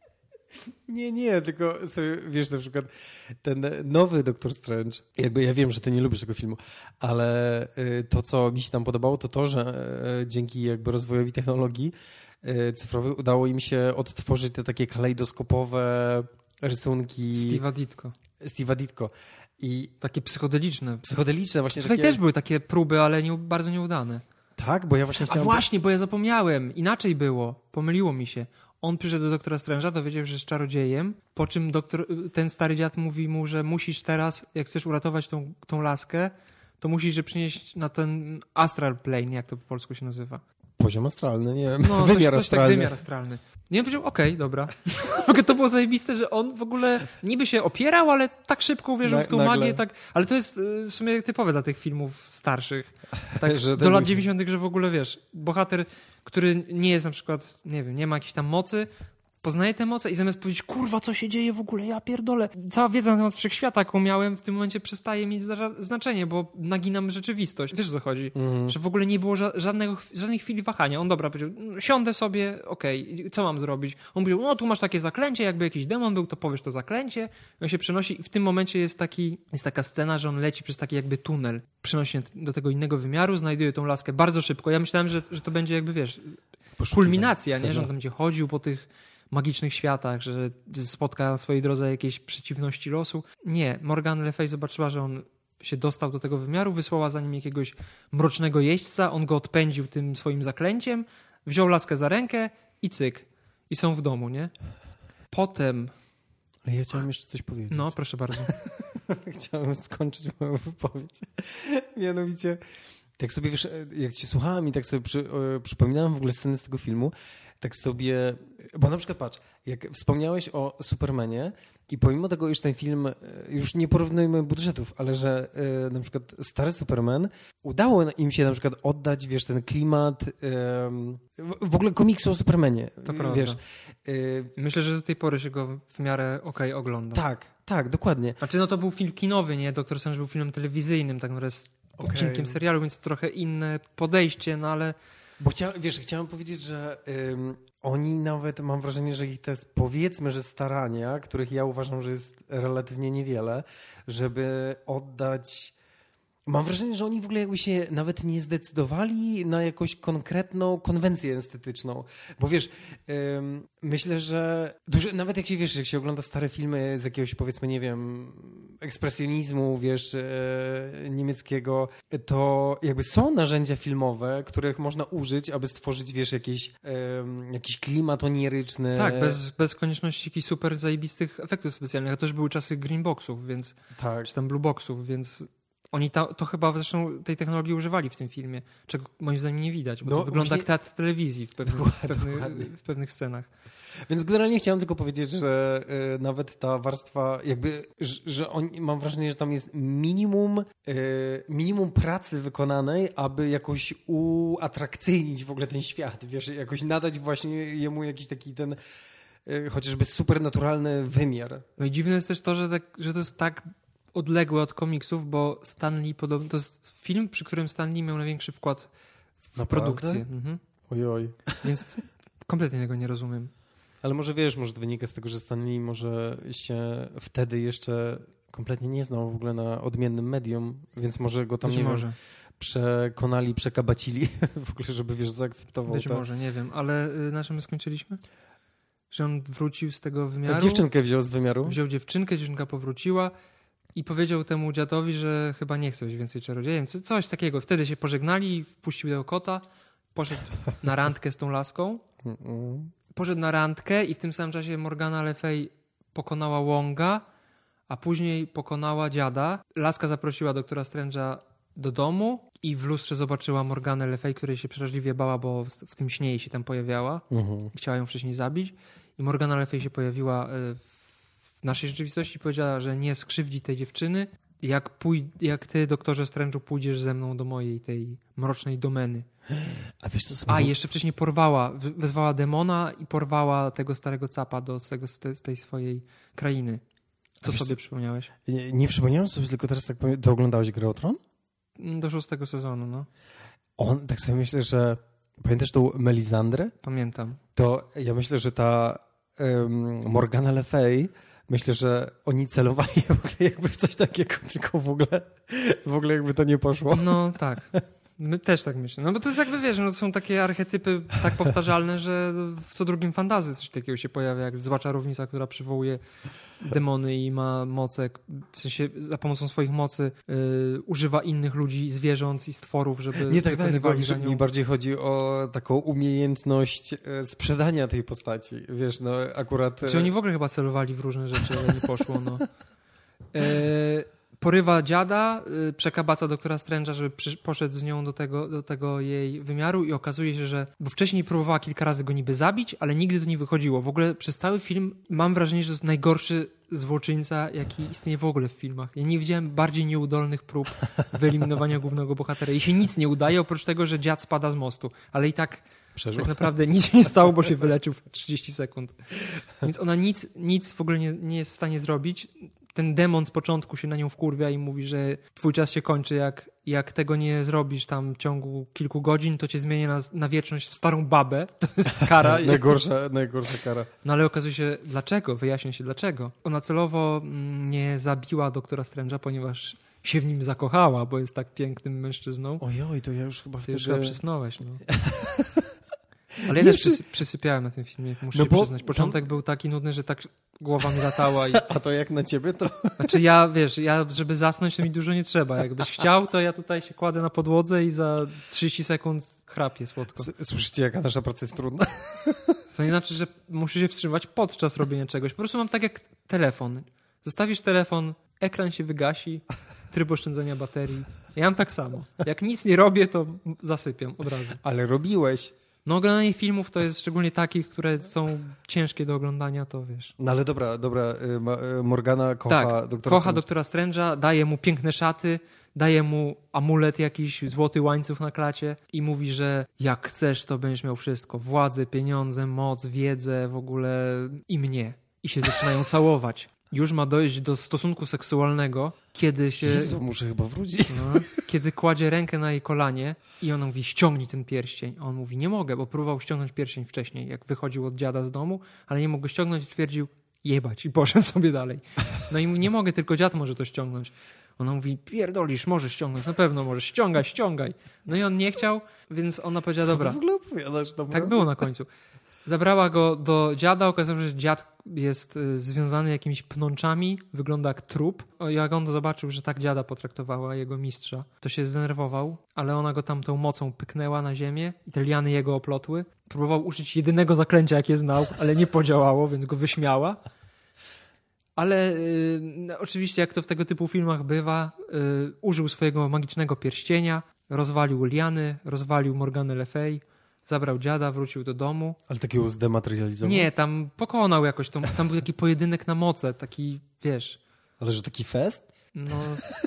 Nie, nie, tylko sobie, wiesz, na przykład ten nowy Doctor Strange, jakby ja wiem, że ty nie lubisz tego filmu, ale to, co mi się tam podobało, to to, że dzięki jakby rozwojowi technologii cyfrowej udało im się odtworzyć te takie kalejdoskopowe rysunki... Steve'a Ditko. Steve'a Ditko. I takie psychodeliczne. Psychodeliczne właśnie. Tutaj takie... też były takie próby, ale nie, bardzo nieudane. Tak, bo ja właśnie chciałem... A właśnie, bo ja zapomniałem. Inaczej było. Pomyliło mi się. On przyszedł do doktora Strange'a, dowiedział się, że jest czarodziejem, po czym doktor, ten stary dziad mówi mu, że musisz teraz, jak chcesz uratować tą, tą laskę, to musisz je przynieść na ten astral plane, jak to po polsku się nazywa. Poziom astralny, nie wiem. No, wymiar coś, coś astralny. Tak, wymiar astralny. Nie, on powiedział, okej, okay, dobra. To było zajebiste, że on w ogóle niby się opierał, ale tak szybko uwierzył Na, w tą nagle. magię. Tak, ale to jest w sumie typowe dla tych filmów starszych. Tak, Że do lat dziewięćdziesiątych, że w ogóle wiesz, bohater, który nie jest na przykład, nie wiem, nie ma jakiejś tam mocy, poznaje te moce i zamiast powiedzieć, kurwa, co się dzieje w ogóle, ja pierdolę. Cała wiedza na temat wszechświata, jaką miałem, w tym momencie przestaje mieć znaczenie, bo naginam rzeczywistość. Wiesz, o co chodzi? Mm. Że w ogóle nie było ża- żadnego, żadnej chwili wahania. On dobra, powiedział, siądę sobie, okej, okay, co mam zrobić? On powiedział, no tu masz takie zaklęcie, jakby jakiś demon był, to powiesz to zaklęcie. On się przenosi i w tym momencie jest taki, jest taka scena, że on leci przez taki jakby tunel. Przenosi się do tego innego wymiaru, znajduje tą laskę bardzo szybko. Ja myślałem, że, że to będzie jakby, wiesz, kulminacja, nie? Że on tam będzie chodził po tych magicznych światach, że spotka na swojej drodze jakieś przeciwności losu. Nie, Morgana Le Fay zobaczyła, że on się dostał do tego wymiaru, wysłała za nim jakiegoś mrocznego jeźdźca, on go odpędził tym swoim zaklęciem, wziął laskę za rękę i cyk. I są w domu, nie? Potem... Ale ja chciałem jeszcze coś powiedzieć. No, proszę bardzo. Chciałem skończyć moją wypowiedź. Mianowicie, tak sobie, wiesz, jak cię słuchałem i tak sobie przy, y, przypominałem w ogóle sceny z tego filmu, tak sobie, bo na przykład patrz, jak wspomniałeś o Supermanie i pomimo tego, iż ten film, już nie porównujmy budżetów, ale że y, na przykład stary Superman, udało im się na przykład oddać, wiesz, ten klimat y, w ogóle komiksu o Supermanie. To prawda. Wiesz, y, Myślę, że do tej pory się go w miarę okej okay ogląda. Tak, tak, dokładnie. Znaczy, no to był film kinowy, nie? Doktor Strange był filmem telewizyjnym, tak naprawdę jest Okay. odcinkiem serialu, więc trochę inne podejście, no ale... Bo chcia, wiesz, chciałem powiedzieć, że ym, oni nawet, mam wrażenie, że ich te, powiedzmy, że starania, których ja uważam, że jest relatywnie niewiele, żeby oddać mam wrażenie, że oni w ogóle jakby się nawet nie zdecydowali na jakąś konkretną konwencję estetyczną. Bo wiesz, ym, myślę, że dużo, nawet jak się wiesz, jak się ogląda stare filmy z jakiegoś, powiedzmy, nie wiem, ekspresjonizmu, wiesz, e, niemieckiego, to jakby są narzędzia filmowe, których można użyć, aby stworzyć, wiesz, jakiś, e, jakiś klimat oniryczny. Tak, bez, bez konieczności jakichś super zajebistych efektów specjalnych. A to też były czasy greenboxów, więc, tak. czy tam blueboxów, więc oni ta, to chyba zresztą tej technologii używali w tym filmie, czego moim zdaniem nie widać, bo no, to wygląda właśnie... jak teatr telewizji w pewnych, w, pewnych, w pewnych scenach. Więc generalnie chciałem tylko powiedzieć, że y, nawet ta warstwa, jakby, że, że on, mam wrażenie, że tam jest minimum, y, minimum pracy wykonanej, aby jakoś uatrakcyjnić w ogóle ten świat, wiesz, jakoś nadać właśnie jemu jakiś taki ten y, chociażby supernaturalny wymiar. No i dziwne jest też to, że, tak, że to jest tak odległe od komiksów, bo Stan Lee podobno, to jest film, przy którym Stan Lee miał największy wkład w Naprawdę? produkcję. Mhm. Ojoj. Więc kompletnie tego nie rozumiem. Ale może wiesz, może to wynika z tego, że Stan Lee może się wtedy jeszcze kompletnie nie znał w ogóle na odmiennym medium, więc może go tam Być nie może. Wiem, przekonali, przekabacili w ogóle, żeby wiesz, zaakceptował. Być te... może, nie wiem. Ale na czym my skończyliśmy? Że on wrócił z tego wymiaru. Dziewczynkę wziął z wymiaru. Wziął dziewczynkę, dziewczynka powróciła i powiedział temu dziadowi, że chyba nie chce być więcej czarodziejem. Co, coś takiego. Wtedy się pożegnali, wpuścił tego kota, poszedł na randkę z tą laską. Mm-mm. Poszedł na randkę i w tym samym czasie Morgana Le Fay pokonała Wonga, a później pokonała dziada. Laska zaprosiła doktora Strange'a do domu i w lustrze zobaczyła Morganę Le Fay, której się przeraźliwie bała, bo w tym śnie jej się tam pojawiała. Mhm. Chciała ją wcześniej zabić. I Morgana Le Fay się pojawiła w naszej rzeczywistości i powiedziała, że nie skrzywdzi tej dziewczyny, jak, pój- jak ty, doktorze Strange'u, pójdziesz ze mną do mojej tej mrocznej domeny. A wiesz co sobie... A, i jeszcze wcześniej porwała, wezwała demona i porwała tego starego capa do, z, tego, z, te, z tej swojej krainy. Co sobie co? przypomniałeś? Nie, nie przypomniałem sobie, tylko teraz tak powiem, to oglądałeś Grę o Tron? Do szóstego sezonu, no. On, tak sobie myślę, że pamiętasz tą Melisandrę? Pamiętam. To ja myślę, że ta um, Morgana Le Fay, myślę, że oni celowali w ogóle jakby w coś takiego, tylko w ogóle, w ogóle jakby to nie poszło. No tak. My też tak myślę. No bo to jest jakby, wiesz, no to są takie archetypy tak powtarzalne, że w co drugim fantazji coś takiego się pojawia, jak zła czarownica, która przywołuje demony i ma moce, w sensie za pomocą swoich mocy yy, używa innych ludzi, zwierząt i stworów, żeby nie tak wykonywali tak, za nią. Mi bardziej chodzi o taką umiejętność sprzedania tej postaci. Wiesz, no akurat... Czy oni w ogóle chyba celowali w różne rzeczy, ale nie poszło, no. Yy, Porywa dziada, yy, przekabaca doktora Strange'a, żeby przy, poszedł z nią do tego, do tego jej wymiaru i okazuje się, że... Bo wcześniej próbowała kilka razy go niby zabić, ale nigdy to nie wychodziło. W ogóle przez cały film mam wrażenie, że to jest najgorszy złoczyńca, jaki istnieje w ogóle w filmach. Ja nie widziałem bardziej nieudolnych prób wyeliminowania głównego bohatera. I się nic nie udaje, oprócz tego, że dziad spada z mostu. Ale i tak... Przeżył. Tak naprawdę nic się nie stało, bo się wyleczył w trzydzieści sekund. Więc ona nic, nic w ogóle nie, nie jest w stanie zrobić. Ten demon z początku się na nią wkurwia i mówi, że twój czas się kończy, jak, jak tego nie zrobisz tam w ciągu kilku godzin, to cię zmienię na, na wieczność w starą babę. To jest kara. najgorsza, najgorsza kara. No ale okazuje się, dlaczego? Wyjaśnia się dlaczego. Ona celowo nie zabiła doktora Strange'a, ponieważ się w nim zakochała, bo jest tak pięknym mężczyzną. Ojoj, to ja już chyba Ty wtedy... już chyba przysnąłeś, no. Ale ja też przysy- przysypiałem na tym filmie, muszę No się bo przyznać. Początek tam... był taki nudny, że tak głowa mi latała. I... A to jak na ciebie to... Znaczy ja, wiesz, ja żeby zasnąć to mi dużo nie trzeba. Jakbyś chciał, to ja tutaj się kładę na podłodze i za trzydzieści sekund chrapię słodko. Słyszycie, jaka nasza praca jest trudna? To nie znaczy, że muszę się wstrzymać podczas robienia czegoś. Po prostu mam tak jak telefon. Zostawisz telefon, ekran się wygasi, tryb oszczędzania baterii. Ja mam tak samo. Jak nic nie robię, to zasypiam od razu. Ale robiłeś. No oglądanie filmów to jest szczególnie takich, które są ciężkie do oglądania, to wiesz. No ale dobra, dobra, Morgana kocha tak, doktora kocha doktora Strange'a, daje mu piękne szaty, daje mu amulet jakiś, złoty łańcuch na klacie i mówi, że jak chcesz, to będziesz miał wszystko. Władzę, pieniądze, moc, wiedzę w ogóle i mnie. I się zaczynają całować. Już ma dojść do stosunku seksualnego, kiedy się... Jezu, muszę chyba wrócić. No, kiedy kładzie rękę na jej kolanie i ona mówi, ściągnij ten pierścień. A on mówi, nie mogę, bo próbował ściągnąć pierścień wcześniej, jak wychodził od dziada z domu, ale nie mógł go ściągnąć i stwierdził, jebać i poszedł sobie dalej. No i mówi, nie mogę, tylko dziad może to ściągnąć. Ona mówi, pierdolisz, możesz ściągnąć, na pewno możesz, ściągaj, ściągaj. No i on nie chciał, więc ona powiedziała, Co dobra. ty w ogóle opowiadasz? Dobra? Tak było na końcu. Zabrała go do dziada, okazało się, że dziad jest y, związany jakimiś pnączami, wygląda jak trup. O, jak on to zobaczył, że tak dziada potraktowała jego mistrza, to się zdenerwował, ale ona go tam tą mocą pyknęła na ziemię i te liany jego oplotły. Próbował użyć jedynego zaklęcia, jakie znał, ale nie podziałało, więc go wyśmiała. Ale y, no, oczywiście, jak to w tego typu filmach bywa, y, użył swojego magicznego pierścienia, rozwalił liany, rozwalił Morganę Le Fay, zabrał dziada, wrócił do domu. Ale takiego zdematerializował? Nie, tam pokonał jakoś, tą, tam był taki pojedynek na moce, taki, wiesz... Ale że taki fest? No...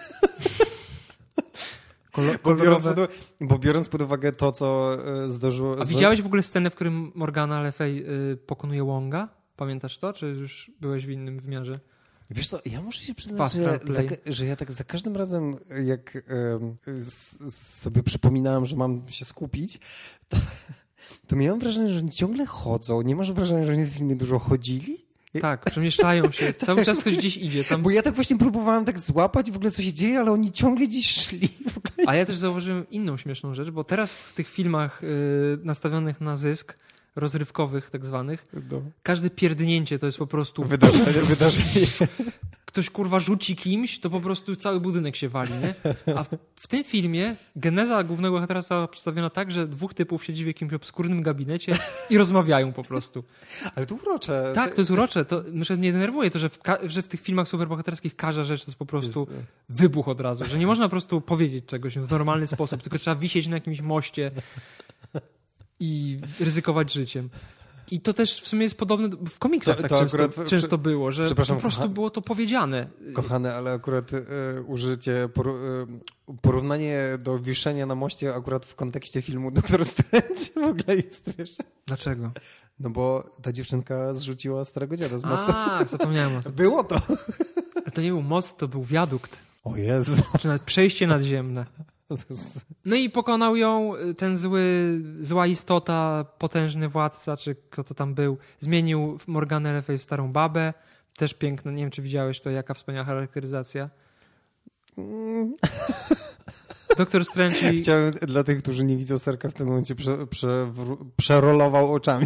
Kolor, bo, biorąc pod, bo biorąc pod uwagę to, co y, zdarzyło... A widziałeś w ogóle scenę, w którym Morgana Le Fay y, pokonuje Wonga? Pamiętasz to, czy już byłeś w innym wymiarze? Wiesz co, ja muszę się przyznać, że, za, że ja tak za każdym razem, jak y, s, sobie przypominałem, że mam się skupić, to, to miałem wrażenie, że oni ciągle chodzą. Nie masz wrażenia, że oni w filmie dużo chodzili? Tak, przemieszczają się. Cały czas ktoś gdzieś idzie. Tam... Bo ja tak właśnie próbowałem tak złapać w ogóle, co się dzieje, ale oni ciągle gdzieś szli. A ja też zauważyłem inną śmieszną rzecz, bo teraz w tych filmach y, nastawionych na zysk, rozrywkowych tak zwanych, no. Każde pierdnięcie to jest po prostu... Wydarzenie, wydarzenie. Ktoś kurwa rzuci kimś, to po prostu cały budynek się wali, nie? A w, w tym filmie geneza głównego bohatera została przedstawiona tak, że dwóch typów siedzi w jakimś obskurnym gabinecie i rozmawiają po prostu. Ale to urocze. Tak, to jest urocze. To, myślę, mnie denerwuje to, że w, że w tych filmach superbohaterskich każda rzecz to jest po prostu jest... wybuch od razu, że nie można po prostu powiedzieć czegoś w normalny sposób, tylko trzeba wisieć na jakimś moście i ryzykować życiem. I to też w sumie jest podobne, w komiksach to, tak to często, akurat, często było, że po prostu było to powiedziane. Kochane, ale akurat y, użycie, por, y, porównanie do wiszenia na moście akurat w kontekście filmu Doktor Strange w ogóle jest, wiesz? Dlaczego? No bo ta dziewczynka zrzuciła starego dziada z mostu. A, zapomniałem o tym. Było to. Ale to nie był most, to był wiadukt. O Jezu. Czy nawet przejście nadziemne. No i pokonał ją ten zły, zła istota, potężny władca, czy kto to tam był. Zmienił Morganę Le Fay w starą babę. Też piękne, nie wiem czy widziałeś to, jaka wspaniała charakteryzacja. Mm. Doktor Strange i... Chciałem dla tych, którzy nie widzą Serka w tym momencie prze, prze, przerolował oczami.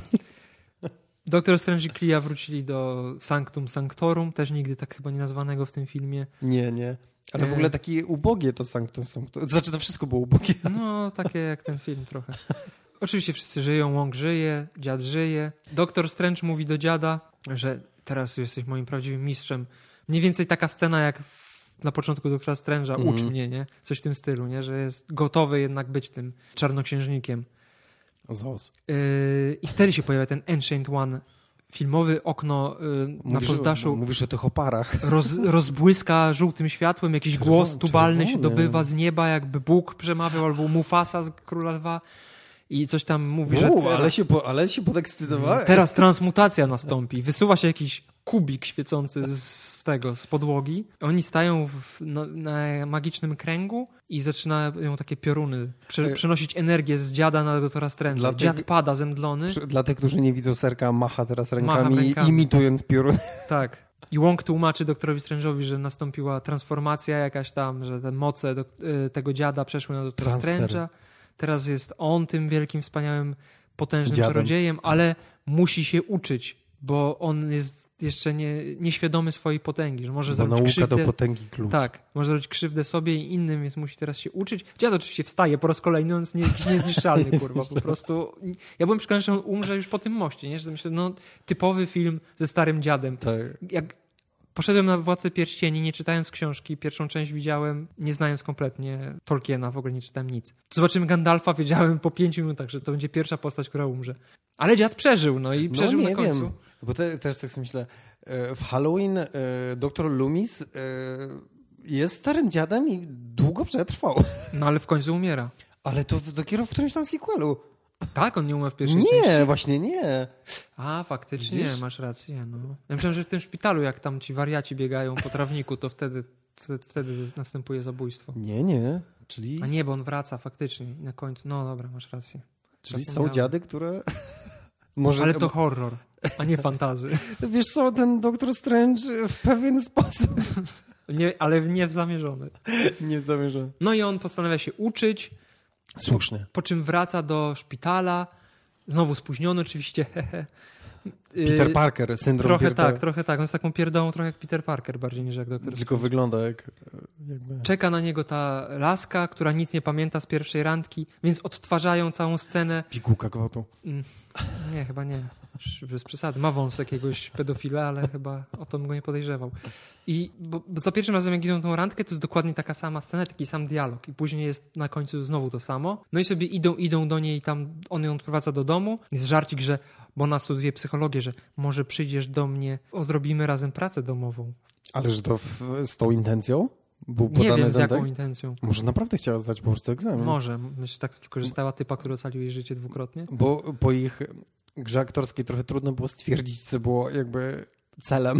Doktor Strange i Clea wrócili do Sanctum Sanctorum, też nigdy tak chyba nie nazwanego w tym filmie. Nie, nie. Ale w ogóle takie ubogie to Sanctum Sanctorum. Znaczy to wszystko było ubogie. No, takie jak ten film trochę. Oczywiście wszyscy żyją, Wong żyje, dziad żyje. Doktor Strange mówi do dziada, że teraz jesteś moim prawdziwym mistrzem. Mniej więcej taka scena jak w, na początku Doktora Strange'a, mm. ucz mnie, nie? Coś w tym stylu, nie? Że jest gotowy jednak być tym czarnoksiężnikiem. Zos. Yy, I wtedy się pojawia ten Ancient One, filmowy okno yy, na poddaszu. Mówisz o tych oparach. Roz, rozbłyska żółtym światłem, jakiś Czerwony, głos tubalny czerwony. się dobywa z nieba, jakby Bóg przemawiał, albo Mufasa z Króla Lwa. I coś tam mówi, Uu, że teraz, ale się, po, ale się podekscytowałem. Teraz transmutacja nastąpi. Wysuwa się jakiś kubik świecący z tego, z podłogi. Oni stają w, na, na magicznym kręgu i zaczynają takie pioruny prze, przenosić energię z dziada na doktora Strange'a. Dziad tych, pada zemdlony. Dla tych, którzy nie widzą Serka, macha teraz rękami, macha rękami. imitując piorun. Tak. I Wong tłumaczy doktorowi Strange'owi, że nastąpiła transformacja jakaś tam, że te moce do, tego dziada przeszły na doktora Strange'a. Teraz jest on tym wielkim, wspaniałym, potężnym Dziadem. czarodziejem, ale musi się uczyć, bo on jest jeszcze nie, nieświadomy swojej potęgi, że może bo zrobić nauka krzywdę. do potęgi klucz. Tak, może zrobić krzywdę sobie i innym, więc musi teraz się uczyć. Dziad oczywiście wstaje po raz kolejny, on jest nie, jakiś niezniszczalny, kurwa, po prostu. Ja byłem przekonany, że on umrze już po tym moście, nie? Że myślę, no typowy film ze starym dziadem. Tak. Jak poszedłem na Władcę Pierścieni, nie czytając książki. Pierwszą część widziałem, nie znając kompletnie Tolkiena, w ogóle nie czytałem nic. Zobaczymy Gandalfa, wiedziałem po pięciu minutach, że to będzie pierwsza postać, która umrze. Ale dziad przeżył, no i przeżył no, nie na końcu. Wiem. Bo te, teraz tak sobie myślę, w Halloween doktor Loomis jest starym dziadem i długo przetrwał. No ale w końcu umiera. Ale to dopiero w którymś tam sequelu. Tak, on nie umarł w pierwszej nie, części? Nie, właśnie nie. A, faktycznie, Widzisz? masz rację. No. Ja myślałem, że w tym szpitalu, jak tam ci wariaci biegają po trawniku, to wtedy, wtedy, wtedy następuje zabójstwo. Nie, nie. Czyli... A nie, bo on wraca faktycznie i na końcu. No dobra, masz rację. Czyli są dziady, które... Może... Ale to horror, a nie fantazy. Wiesz co, ten Doktor Strange w pewien sposób Nie, ale nie w zamierzone. Nie w zamierzone. No i on postanawia się uczyć. Słusznie. Po, po czym wraca do szpitala. Znowu spóźniony oczywiście. Peter Parker, syndrom Trochę Petera. tak, trochę tak. On jest taką pierdołą trochę jak Peter Parker, bardziej niż jak doktor. Tylko wygląda jak... Jakby... Czeka na niego ta laska, która nic nie pamięta z pierwszej randki, więc odtwarzają całą scenę. Pigułka gwałtu. Nie, chyba nie. Bez przesady. Ma wąs jakiegoś pedofila, ale chyba o to bym go nie podejrzewał. I bo, bo za pierwszym razem jak idą tą randkę, to jest dokładnie taka sama scena, taki sam dialog. I później jest na końcu znowu to samo. No i sobie idą, idą do niej, tam on ją odprowadza do domu. Jest żarcik, że, bo ona studiuje psychologię, że może przyjdziesz do mnie, odrobimy razem pracę domową. Ale że to w, z tą intencją? Był podany nie wiem z ten jaką tekst? intencją. Może naprawdę chciała zdać po prostu egzamin. Może. Myślę, tak wykorzystała typa, który ocalił jej życie dwukrotnie. Bo po ich grze aktorskiej trochę trudno było stwierdzić, co było jakby celem.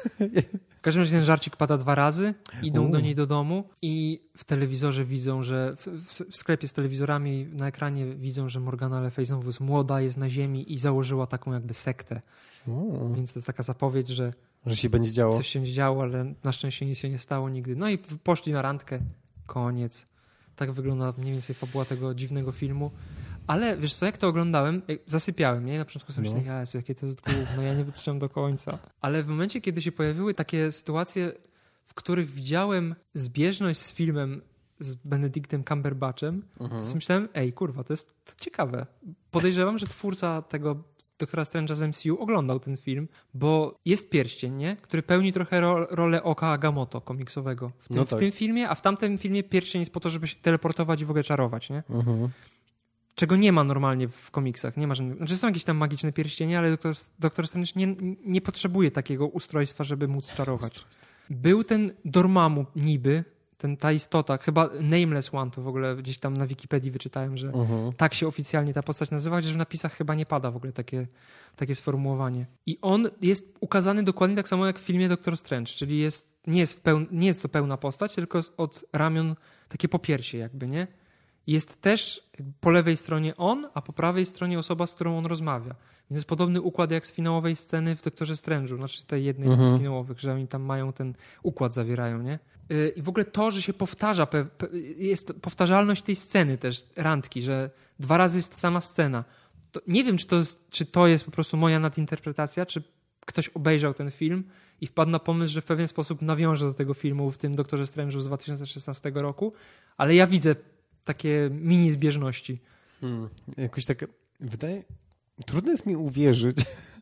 W każdym razie ten żarcik pada dwa razy, idą U. do niej do domu i w telewizorze widzą, że w, w, w sklepie z telewizorami na ekranie widzą, że Morgana Le Fay znowu jest młoda, jest na ziemi i założyła taką jakby sektę. U. Więc to jest taka zapowiedź, że Że się będzie działo. coś się będzie działo, ale na szczęście nic się nie stało nigdy. No i poszli na randkę, koniec. Tak wygląda mniej więcej fabuła tego dziwnego filmu. Ale wiesz co, jak to oglądałem, jak zasypiałem, nie? Na początku sobie No. myślałem, Jezu, jakie to jest gówno, ja nie wytrzymam do końca. Ale w momencie, kiedy się pojawiły takie sytuacje, w których widziałem zbieżność z filmem z Benedictem Cumberbatchem, Mhm. to sobie myślałem, ej, kurwa, to jest to ciekawe. Podejrzewam, że twórca tego Doktora Strange'a z M C U oglądał ten film, bo jest pierścień, nie? Który pełni trochę ro- rolę oka Agamotto komiksowego w tym, No tak. w tym filmie, a w tamtym filmie pierścień jest po to, żeby się teleportować i w ogóle czarować, nie? Mhm. Czego nie ma normalnie w komiksach. Nie ma żadnych, znaczy są jakieś tam magiczne pierścienie, ale Doktor, Doktor Strange nie, nie potrzebuje takiego ustrojstwa, żeby móc czarować. Był ten Dormammu niby, ten, ta istota, chyba Nameless One, to w ogóle gdzieś tam na Wikipedii wyczytałem, że Mhm. tak się oficjalnie ta postać nazywa, chociaż w napisach chyba nie pada w ogóle takie, takie sformułowanie. I on jest ukazany dokładnie tak samo jak w filmie Doctor Strange, czyli jest, nie, jest w peł, nie jest to pełna postać, tylko od ramion takie popiersie jakby, nie? Jest też po lewej stronie on, a po prawej stronie osoba, z którą on rozmawia. Więc jest podobny układ jak z finałowej sceny w Doktorze Strange'u, znaczy tej jednej z Mhm. tych finałowych, że oni tam mają ten układ, zawierają, nie? Yy, I w ogóle to, że się powtarza, pe, pe, jest powtarzalność tej sceny też, randki, że dwa razy jest sama scena. To nie wiem, czy to, jest, czy to jest po prostu moja nadinterpretacja, czy ktoś obejrzał ten film i wpadł na pomysł, że w pewien sposób nawiąże do tego filmu w tym Doktorze Strange'u z dwa tysiące szesnastego roku, ale ja widzę takie mini zbieżności. Hmm. Jakoś tak wydaje... Trudno jest mi uwierzyć,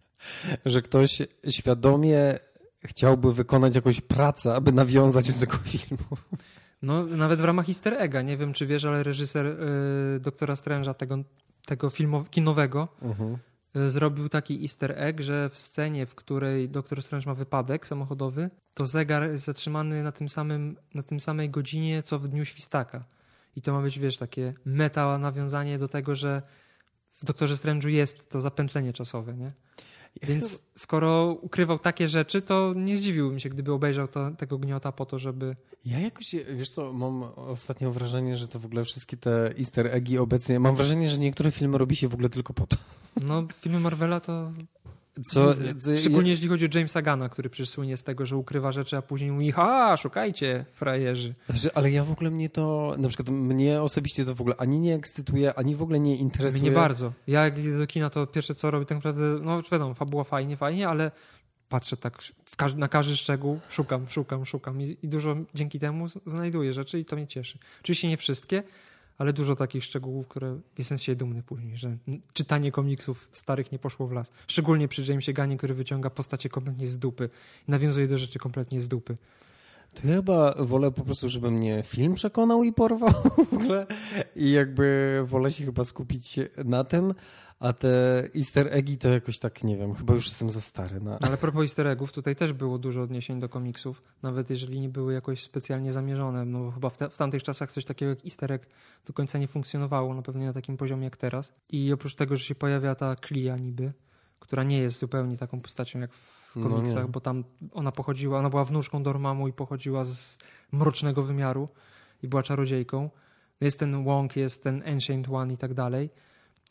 że ktoś świadomie chciałby wykonać jakąś pracę, aby nawiązać do tego filmu. No, nawet w ramach easter egga, nie wiem czy wiesz, ale reżyser y, Doktora Strange'a, tego, tego filmu kinowego, Mhm. y, zrobił taki easter egg, że w scenie, w której Doktor Strange ma wypadek samochodowy, to zegar jest zatrzymany na tym samym, na tym samej godzinie, co w Dniu Świstaka. I to ma być, wiesz, takie meta nawiązanie do tego, że w Doktorze Strange'u jest to zapętlenie czasowe, nie? Więc skoro ukrywał takie rzeczy, to nie zdziwiłbym się, gdyby obejrzał to, tego Gniota po to, żeby... Ja jakoś, wiesz co, mam ostatnio wrażenie, że to w ogóle wszystkie te easter eggi obecnie, mam wrażenie, że niektóre filmy robi się w ogóle tylko po to. No, filmy Marvela to... Co, co, Szczególnie jeśli chodzi o Jamesa Gunna, który przecież słynie z tego, że ukrywa rzeczy, a później mówi, a szukajcie, frajerzy. Że, ale ja w ogóle mnie to, na przykład mnie osobiście to w ogóle ani nie ekscytuje, ani w ogóle nie interesuje. Mnie nie bardzo. Ja jak idę do kina, to pierwsze co robię tak naprawdę, no wiadomo, fabuła fajnie, fajnie, ale patrzę tak w każ- na każdy szczegół, szukam, szukam, szukam i, i dużo dzięki temu z- znajduję rzeczy i to mnie cieszy. Oczywiście nie wszystkie, ale dużo takich szczegółów, które jestem z siebie dumny później, że czytanie komiksów starych nie poszło w las. Szczególnie przy Jamesie Gunnie, który wyciąga postacie kompletnie z dupy. Nawiązuje do rzeczy kompletnie z dupy. To ja chyba wolę po prostu, żeby mnie film przekonał i porwał w ogóle. I jakby wolę się chyba skupić na tym, a te easter eggi to jakoś tak, nie wiem, chyba już jestem za stary. Na... Ale propos easter eggów, tutaj też było dużo odniesień do komiksów, nawet jeżeli nie były jakoś specjalnie zamierzone, no bo chyba w, te, w tamtych czasach coś takiego jak easter egg do końca nie funkcjonowało, na pewno nie na takim poziomie jak teraz. I oprócz tego, że się pojawia ta Clea niby, która nie jest zupełnie taką postacią jak w komiksach, no bo tam ona pochodziła, ona była wnuczką Dormammu i pochodziła z mrocznego wymiaru i była czarodziejką. Jest ten Wong, jest ten Ancient One i tak dalej.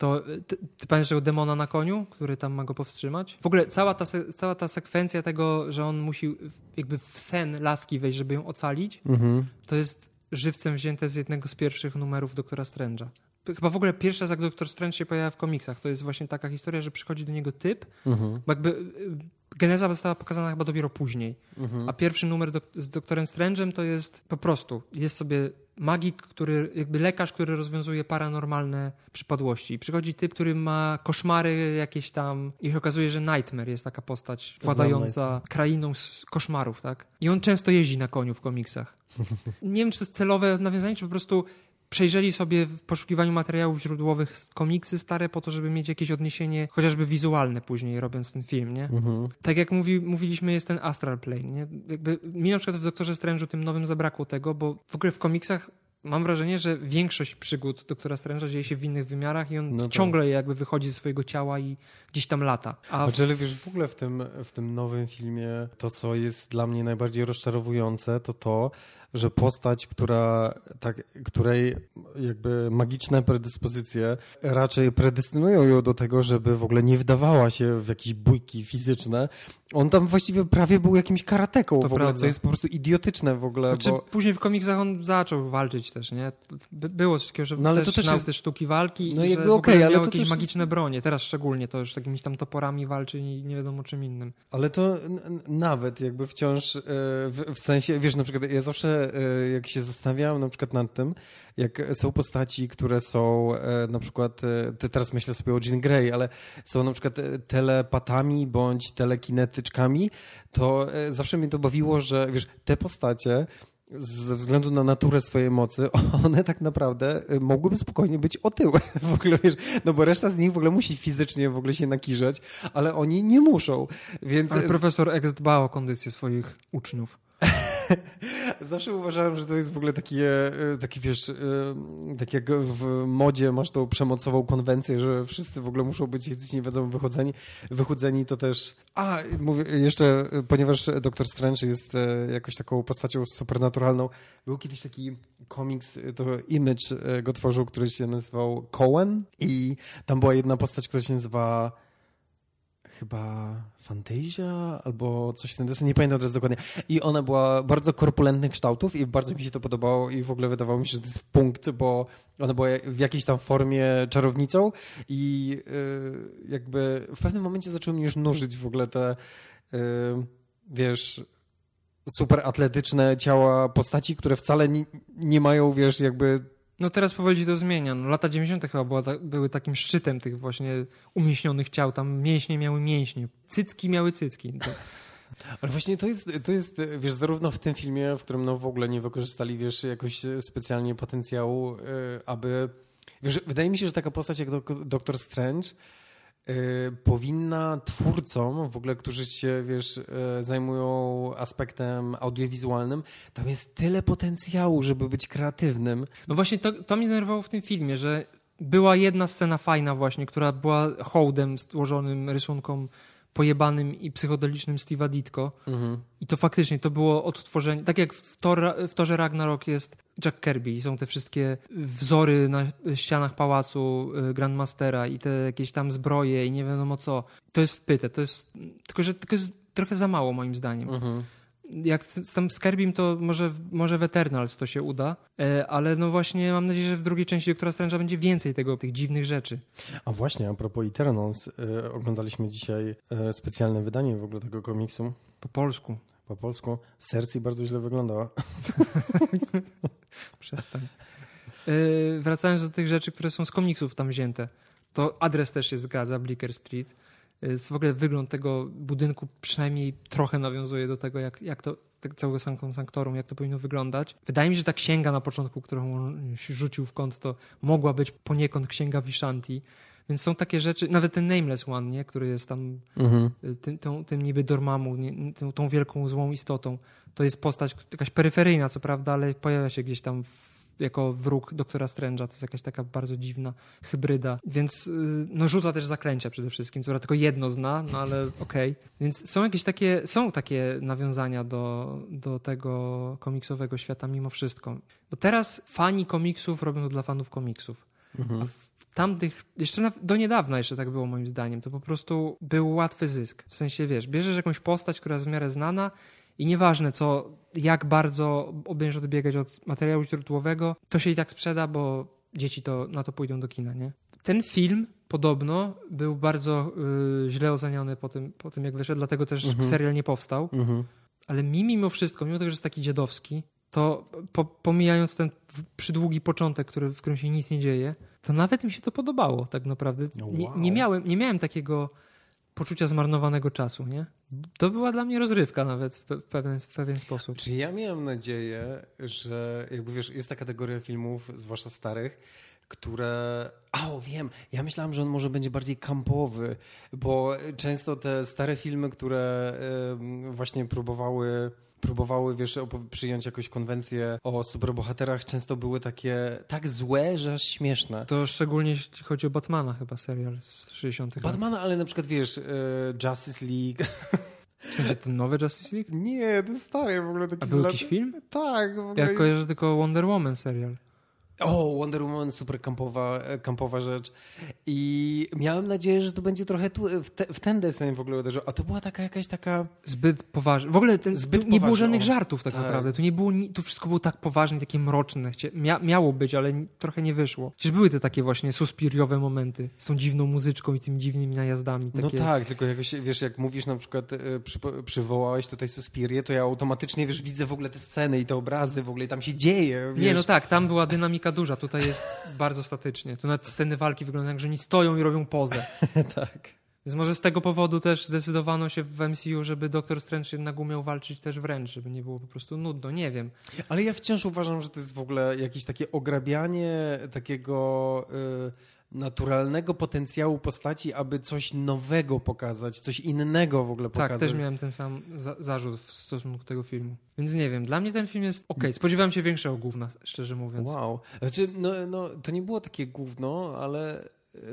to ty, ty pamiętasz tego demona na koniu, który tam ma go powstrzymać? W ogóle cała ta, se, cała ta sekwencja tego, że on musi jakby w sen laski wejść, żeby ją ocalić, mhm. to jest żywcem wzięte z jednego z pierwszych numerów Doktora Strange'a. Chyba w ogóle pierwsza, jak Doktor Strange się pojawia w komiksach, to jest właśnie taka historia, że przychodzi do niego typ, mhm. bo jakby geneza została pokazana chyba dopiero później, mhm. a pierwszy numer do, z Doktorem Strange'em to jest po prostu, jest sobie magik, który, jakby lekarz, który rozwiązuje paranormalne przypadłości. Przychodzi typ, który ma koszmary jakieś tam i się okazuje, że Nightmare jest taka postać władająca krainą z koszmarów, tak? I on często jeździ na koniu w komiksach. Nie wiem, czy to jest celowe nawiązanie, czy po prostu przejrzeli sobie w poszukiwaniu materiałów źródłowych komiksy stare po to, żeby mieć jakieś odniesienie, chociażby wizualne później, robiąc ten film, nie? Mhm. Tak jak mówi, mówiliśmy, jest ten Astral Plane, nie? Jakby mi na przykład w Doktorze Strange'u tym nowym zabrakło tego, bo w ogóle w komiksach mam wrażenie, że większość przygód Doktora Strange'a dzieje się w innych wymiarach i on no tak. ciągle jakby wychodzi ze swojego ciała i gdzieś tam lata. A w... Czyli wiesz, w ogóle w tym, w tym nowym filmie to, co jest dla mnie najbardziej rozczarowujące, to to, że postać, która, tak, której jakby magiczne predyspozycje raczej predestynują ją do tego, żeby w ogóle nie wdawała się w jakieś bójki fizyczne. On tam właściwie prawie był jakimś karateką to w ogóle, prawda. Co jest po prostu idiotyczne w ogóle. Znaczy, bo... Później w komiksach on zaczął walczyć też, nie? By, było coś takiego, że no, ale też, to też jest... te sztuki walki no, i jakby że okay, miał ale jakieś to też... magiczne bronie. Teraz szczególnie to już takimiś tam toporami walczy i nie wiadomo czym innym. Ale to n- nawet jakby wciąż yy, w, w sensie, wiesz, na przykład ja zawsze yy, jak się zastanawiałem na przykład nad tym, jak są postaci, które są e, na przykład, e, teraz myślę sobie o Jean Grey, ale są na przykład telepatami bądź telekinetyczkami, to e, zawsze mnie to bawiło, że wiesz, te postacie ze względu na naturę swojej mocy, one tak naprawdę mogłyby spokojnie być otyłe. W ogóle, wiesz, no bo reszta z nich w ogóle musi fizycznie w ogóle się nakiżać, ale oni nie muszą. Więc... Ale profesor X dba o kondycję swoich uczniów. Zawsze uważałem, że to jest w ogóle takie, taki, wiesz, tak jak w modzie masz tą przemocową konwencję, że wszyscy w ogóle muszą być jacyś nie wiadomo wychodzeni, wychudzeni, to też... A, mówię jeszcze, ponieważ Doktor Strange jest jakoś taką postacią supernaturalną, był kiedyś taki komiks, to Image go tworzył, który się nazywał Cohen i tam była jedna postać, która się nazywa... chyba Fantasia albo coś w ten deseń, nie pamiętam teraz dokładnie. I ona była bardzo korpulentnych kształtów i bardzo mi się to podobało i w ogóle wydawało mi się, że to jest punkt, bo ona była w jakiejś tam formie czarownicą i yy, jakby w pewnym momencie zaczęło mnie już nużyć w ogóle te, yy, wiesz, super atletyczne ciała postaci, które wcale nie, nie mają, wiesz, jakby... No teraz powoli to zmienia. No, lata dziewięćdziesiąte chyba była ta, były takim szczytem tych właśnie umieśnionych ciał. Tam mięśnie miały mięśnie. Cycki miały cycki. To... Ale właśnie to jest, to jest, wiesz, zarówno w tym filmie, w którym no w ogóle nie wykorzystali, wiesz, jakoś specjalnie potencjału, yy, aby... Wiesz, wydaje mi się, że taka postać jak Doktor Strange yy, powinna twórcom, w ogóle, którzy się, wiesz, yy, zajmują aspektem audiowizualnym, tam jest tyle potencjału, żeby być kreatywnym. No właśnie to, to mnie denerwowało w tym filmie, że była jedna scena fajna właśnie, która była hołdem złożonym rysunkom pojebanym i psychodelicznym Steve'a Ditko. Mhm. I to faktycznie, to było odtworzenie, tak jak w, Thor, w Thorze Ragnarok jest Jack Kirby i są te wszystkie wzory na ścianach pałacu Grandmastera i te jakieś tam zbroje i nie wiadomo co. To jest wpyte, to jest, tylko że tylko jest trochę za mało moim zdaniem. Mhm. Jak z, tam z Kirbym to może, może w Eternals to się uda, ale no właśnie mam nadzieję, że w drugiej części Doktora Strange'a będzie więcej tego, tych dziwnych rzeczy. A właśnie, a propos Eternals, y, oglądaliśmy dzisiaj y, specjalne wydanie w ogóle tego komiksu. Po polsku. Po polsku. Cersei bardzo źle wyglądała. Przestań. Y, wracając do tych rzeczy, które są z komiksów tam wzięte, to adres też się zgadza, Bleecker Street. W ogóle wygląd tego budynku przynajmniej trochę nawiązuje do tego, jak, jak to całego Sanctum Sanctorum, jak to powinno wyglądać. Wydaje mi się, że ta księga na początku, którą on się rzucił w kąt, to mogła być poniekąd księga Vishanti. Więc są takie rzeczy, nawet ten Nameless One, nie, który jest tam mhm. tym, tą, tym niby Dormammu, nie, tą, tą wielką złą istotą. To jest postać jakaś peryferyjna, co prawda, ale pojawia się gdzieś tam w jako wróg Doktora Strange'a. To jest jakaś taka bardzo dziwna hybryda. Więc no, rzuca też zaklęcia przede wszystkim, która tylko jedno zna, no ale okej. Okay. Więc są jakieś takie, są takie nawiązania do, do tego komiksowego świata mimo wszystko. Bo teraz fani komiksów robią to dla fanów komiksów. Mhm. A w tamtych, jeszcze na, do niedawna jeszcze tak było moim zdaniem, to po prostu był łatwy zysk. W sensie, wiesz, bierzesz jakąś postać, która jest w miarę znana i nieważne co, jak bardzo będziesz odbiegać od materiału źródłowego, to się i tak sprzeda, bo dzieci to na to pójdą do kina, nie? Ten film podobno był bardzo y, źle oceniony po tym, po tym, jak wyszedł, dlatego też mhm. serial nie powstał. Mhm. Ale mi mimo wszystko, mimo tego, że jest taki dziadowski, to po, pomijając ten przydługi początek, który, w którym się nic nie dzieje, to nawet mi się to podobało tak naprawdę. Wow. Nie, nie, miałem, nie miałem takiego poczucia zmarnowanego czasu, nie? To była dla mnie rozrywka nawet w, pe- w, pewien, w pewien sposób. Czy ja miałem nadzieję, że jakby wiesz, jest ta kategoria filmów, zwłaszcza starych, które... O, wiem, ja myślałem, że on może będzie bardziej kampowy, bo często te stare filmy, które y, właśnie próbowały... próbowały, wiesz, przyjąć jakąś konwencję o superbohaterach, często były takie tak złe, że aż śmieszne. To szczególnie jeśli chodzi o Batmana chyba, serial z sześćdziesiątych lat. Batmana, ale na przykład, wiesz, y, Justice League. W sensie ten nowy Justice League? Nie, ten stary w ogóle. Taki A był lat... jakiś film? Tak. W ogóle ja jest... kojarzę tylko Wonder Woman serial. O, Wonder Woman, super kampowa, kampowa rzecz. I miałem nadzieję, że to będzie trochę tu, w, te, w ten desen w ogóle uderzył. A to była taka jakaś taka... Zbyt poważna. W ogóle ten, Zbyt tu nie było poważna, żadnych o. żartów tak, tak naprawdę. Tu nie było, tu wszystko było tak poważne, takie mroczne. Mia, miało być, ale trochę nie wyszło. Przecież były te takie właśnie suspiriowe momenty z tą dziwną muzyczką i tymi dziwnymi najazdami. Takie... No tak, tylko jakoś, wiesz, jak mówisz na przykład, przy, przywołałeś tutaj Suspirię, to ja automatycznie, wiesz, widzę w ogóle te sceny i te obrazy w ogóle i tam się dzieje. Wiesz. Nie, no tak, tam była dynamika duża, tutaj jest bardzo statycznie. Tu nawet sceny walki wyglądają jak, że oni stoją i robią pozę. Tak. Więc może z tego powodu też zdecydowano się w M C U, żeby Doktor Strange jednak umiał walczyć też wręcz, żeby nie było po prostu nudno, nie wiem. Ale ja wciąż uważam, że to jest w ogóle jakieś takie ograbianie takiego y, naturalnego potencjału postaci, aby coś nowego pokazać, coś innego w ogóle pokazać. Tak, też miałem ten sam za- zarzut w stosunku do tego filmu. Więc nie wiem, dla mnie ten film jest okej. Okay. Spodziewałem się większego gówna, szczerze mówiąc. Wow. Znaczy, no, no, to nie było takie gówno, ale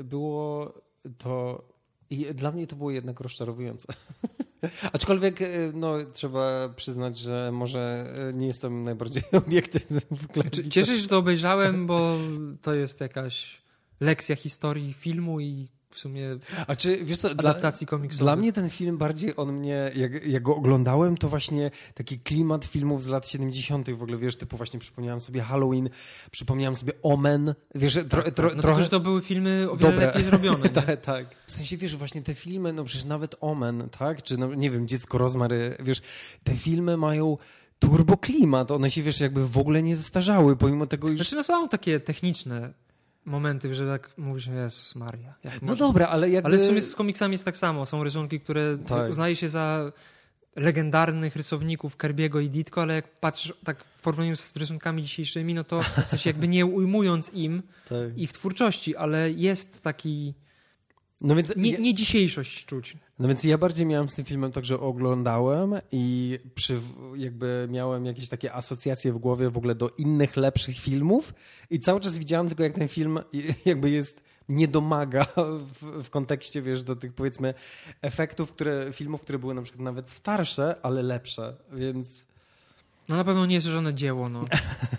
było to... I dla mnie to było jednak rozczarowujące. Aczkolwiek no, trzeba przyznać, że może nie jestem najbardziej obiektywny w ogóle. Cieszę się, że to obejrzałem, bo to jest jakaś lekcja historii filmu i w sumie A czy, wiesz co, adaptacji dla, komiksowych. Dla mnie ten film bardziej on mnie, jak, jak go oglądałem, to właśnie taki klimat filmów z lat siedemdziesiątych w ogóle, wiesz, typu właśnie przypomniałem sobie Halloween, przypomniałem sobie Omen, wiesz, tro, tak, tro, tak. No trochę... tylko, że to były filmy o wiele Dobre. lepiej zrobione. tak, tak. W sensie, wiesz, właśnie te filmy, no przecież nawet Omen, tak, czy no, nie wiem, Dziecko Rozmary, wiesz, te filmy mają turbo klimat, one się, wiesz, jakby w ogóle nie zestarzały, pomimo tego, iż... Znaczy, no są takie techniczne momenty, że tak mówisz, Jezus Maria. No można? dobra, ale jakby... Ale w sumie z komiksami jest tak samo. Są rysunki, które tak. uznaje się za legendarnych rysowników Kirby'ego i Ditko, ale jak patrzysz tak w porównaniu z rysunkami dzisiejszymi, no to w sensie jakby nie ujmując im tak. ich twórczości, ale jest taki... No więc nie, ja, nie dzisiejszość czuć. No więc ja bardziej miałem z tym filmem tak, że oglądałem i przy, jakby miałem jakieś takie asocjacje w głowie w ogóle do innych, lepszych filmów i cały czas widziałem tylko, jak ten film jakby jest, nie domaga w, w kontekście, wiesz, do tych powiedzmy efektów, które, filmów, które były na przykład nawet starsze, ale lepsze, więc... No na pewno nie jest żadne dzieło, no.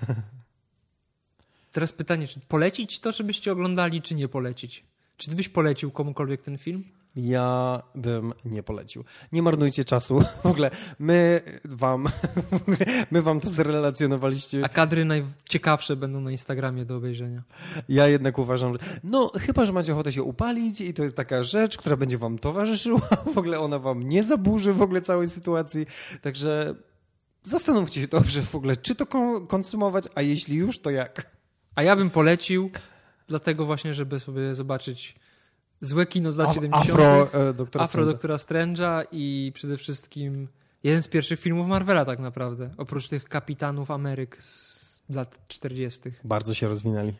Teraz pytanie, czy polecić to, żebyście oglądali, czy nie polecić? Czy ty byś polecił komukolwiek ten film? Ja bym nie polecił. Nie marnujcie czasu. W ogóle my wam, my wam to zrelacjonowaliście. A kadry najciekawsze będą na Instagramie do obejrzenia. Ja jednak uważam, że no chyba, że macie ochotę się upalić i to jest taka rzecz, która będzie wam towarzyszyła. W ogóle ona wam nie zaburzy w ogóle całej sytuacji. Także zastanówcie się dobrze w ogóle, czy to konsumować, a jeśli już, to jak? A ja bym polecił, dlatego właśnie, żeby sobie zobaczyć złe kino z lat siedemdziesiątych. Afro, e, doktora, Afro Doktora Strange'a i przede wszystkim jeden z pierwszych filmów Marvela tak naprawdę. Oprócz tych Kapitanów Ameryk z lat czterdziestych. Bardzo się rozwinęli.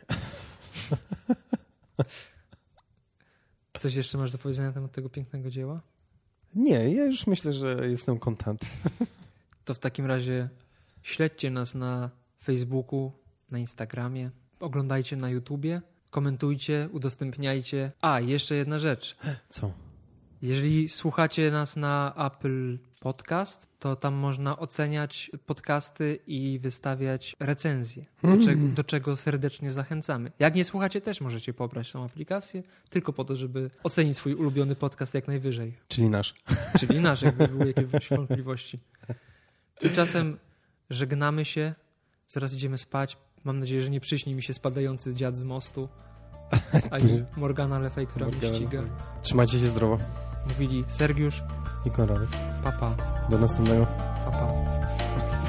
Coś jeszcze masz do powiedzenia na temat tego pięknego dzieła? Nie, ja już myślę, że jestem content. To w takim razie śledźcie nas na Facebooku, na Instagramie, oglądajcie na YouTubie, komentujcie, udostępniajcie. A, jeszcze jedna rzecz. Co? Jeżeli słuchacie nas na Apple Podcast, to tam można oceniać podcasty i wystawiać recenzje, do, Mm. czego, do czego serdecznie zachęcamy. Jak nie słuchacie, też możecie pobrać tą aplikację, tylko po to, żeby ocenić swój ulubiony podcast jak najwyżej. Czyli nasz. Czyli nasz, jakby były jakieś wątpliwości. Tymczasem żegnamy się, zaraz idziemy spać. Mam nadzieję, że nie przyśni mi się spadający dziad z mostu, ani Morgana Le Fay, która mnie ściga. Trzymajcie się zdrowo. Mówili Sergiusz, I Konrad. papa, Do następnego. papa.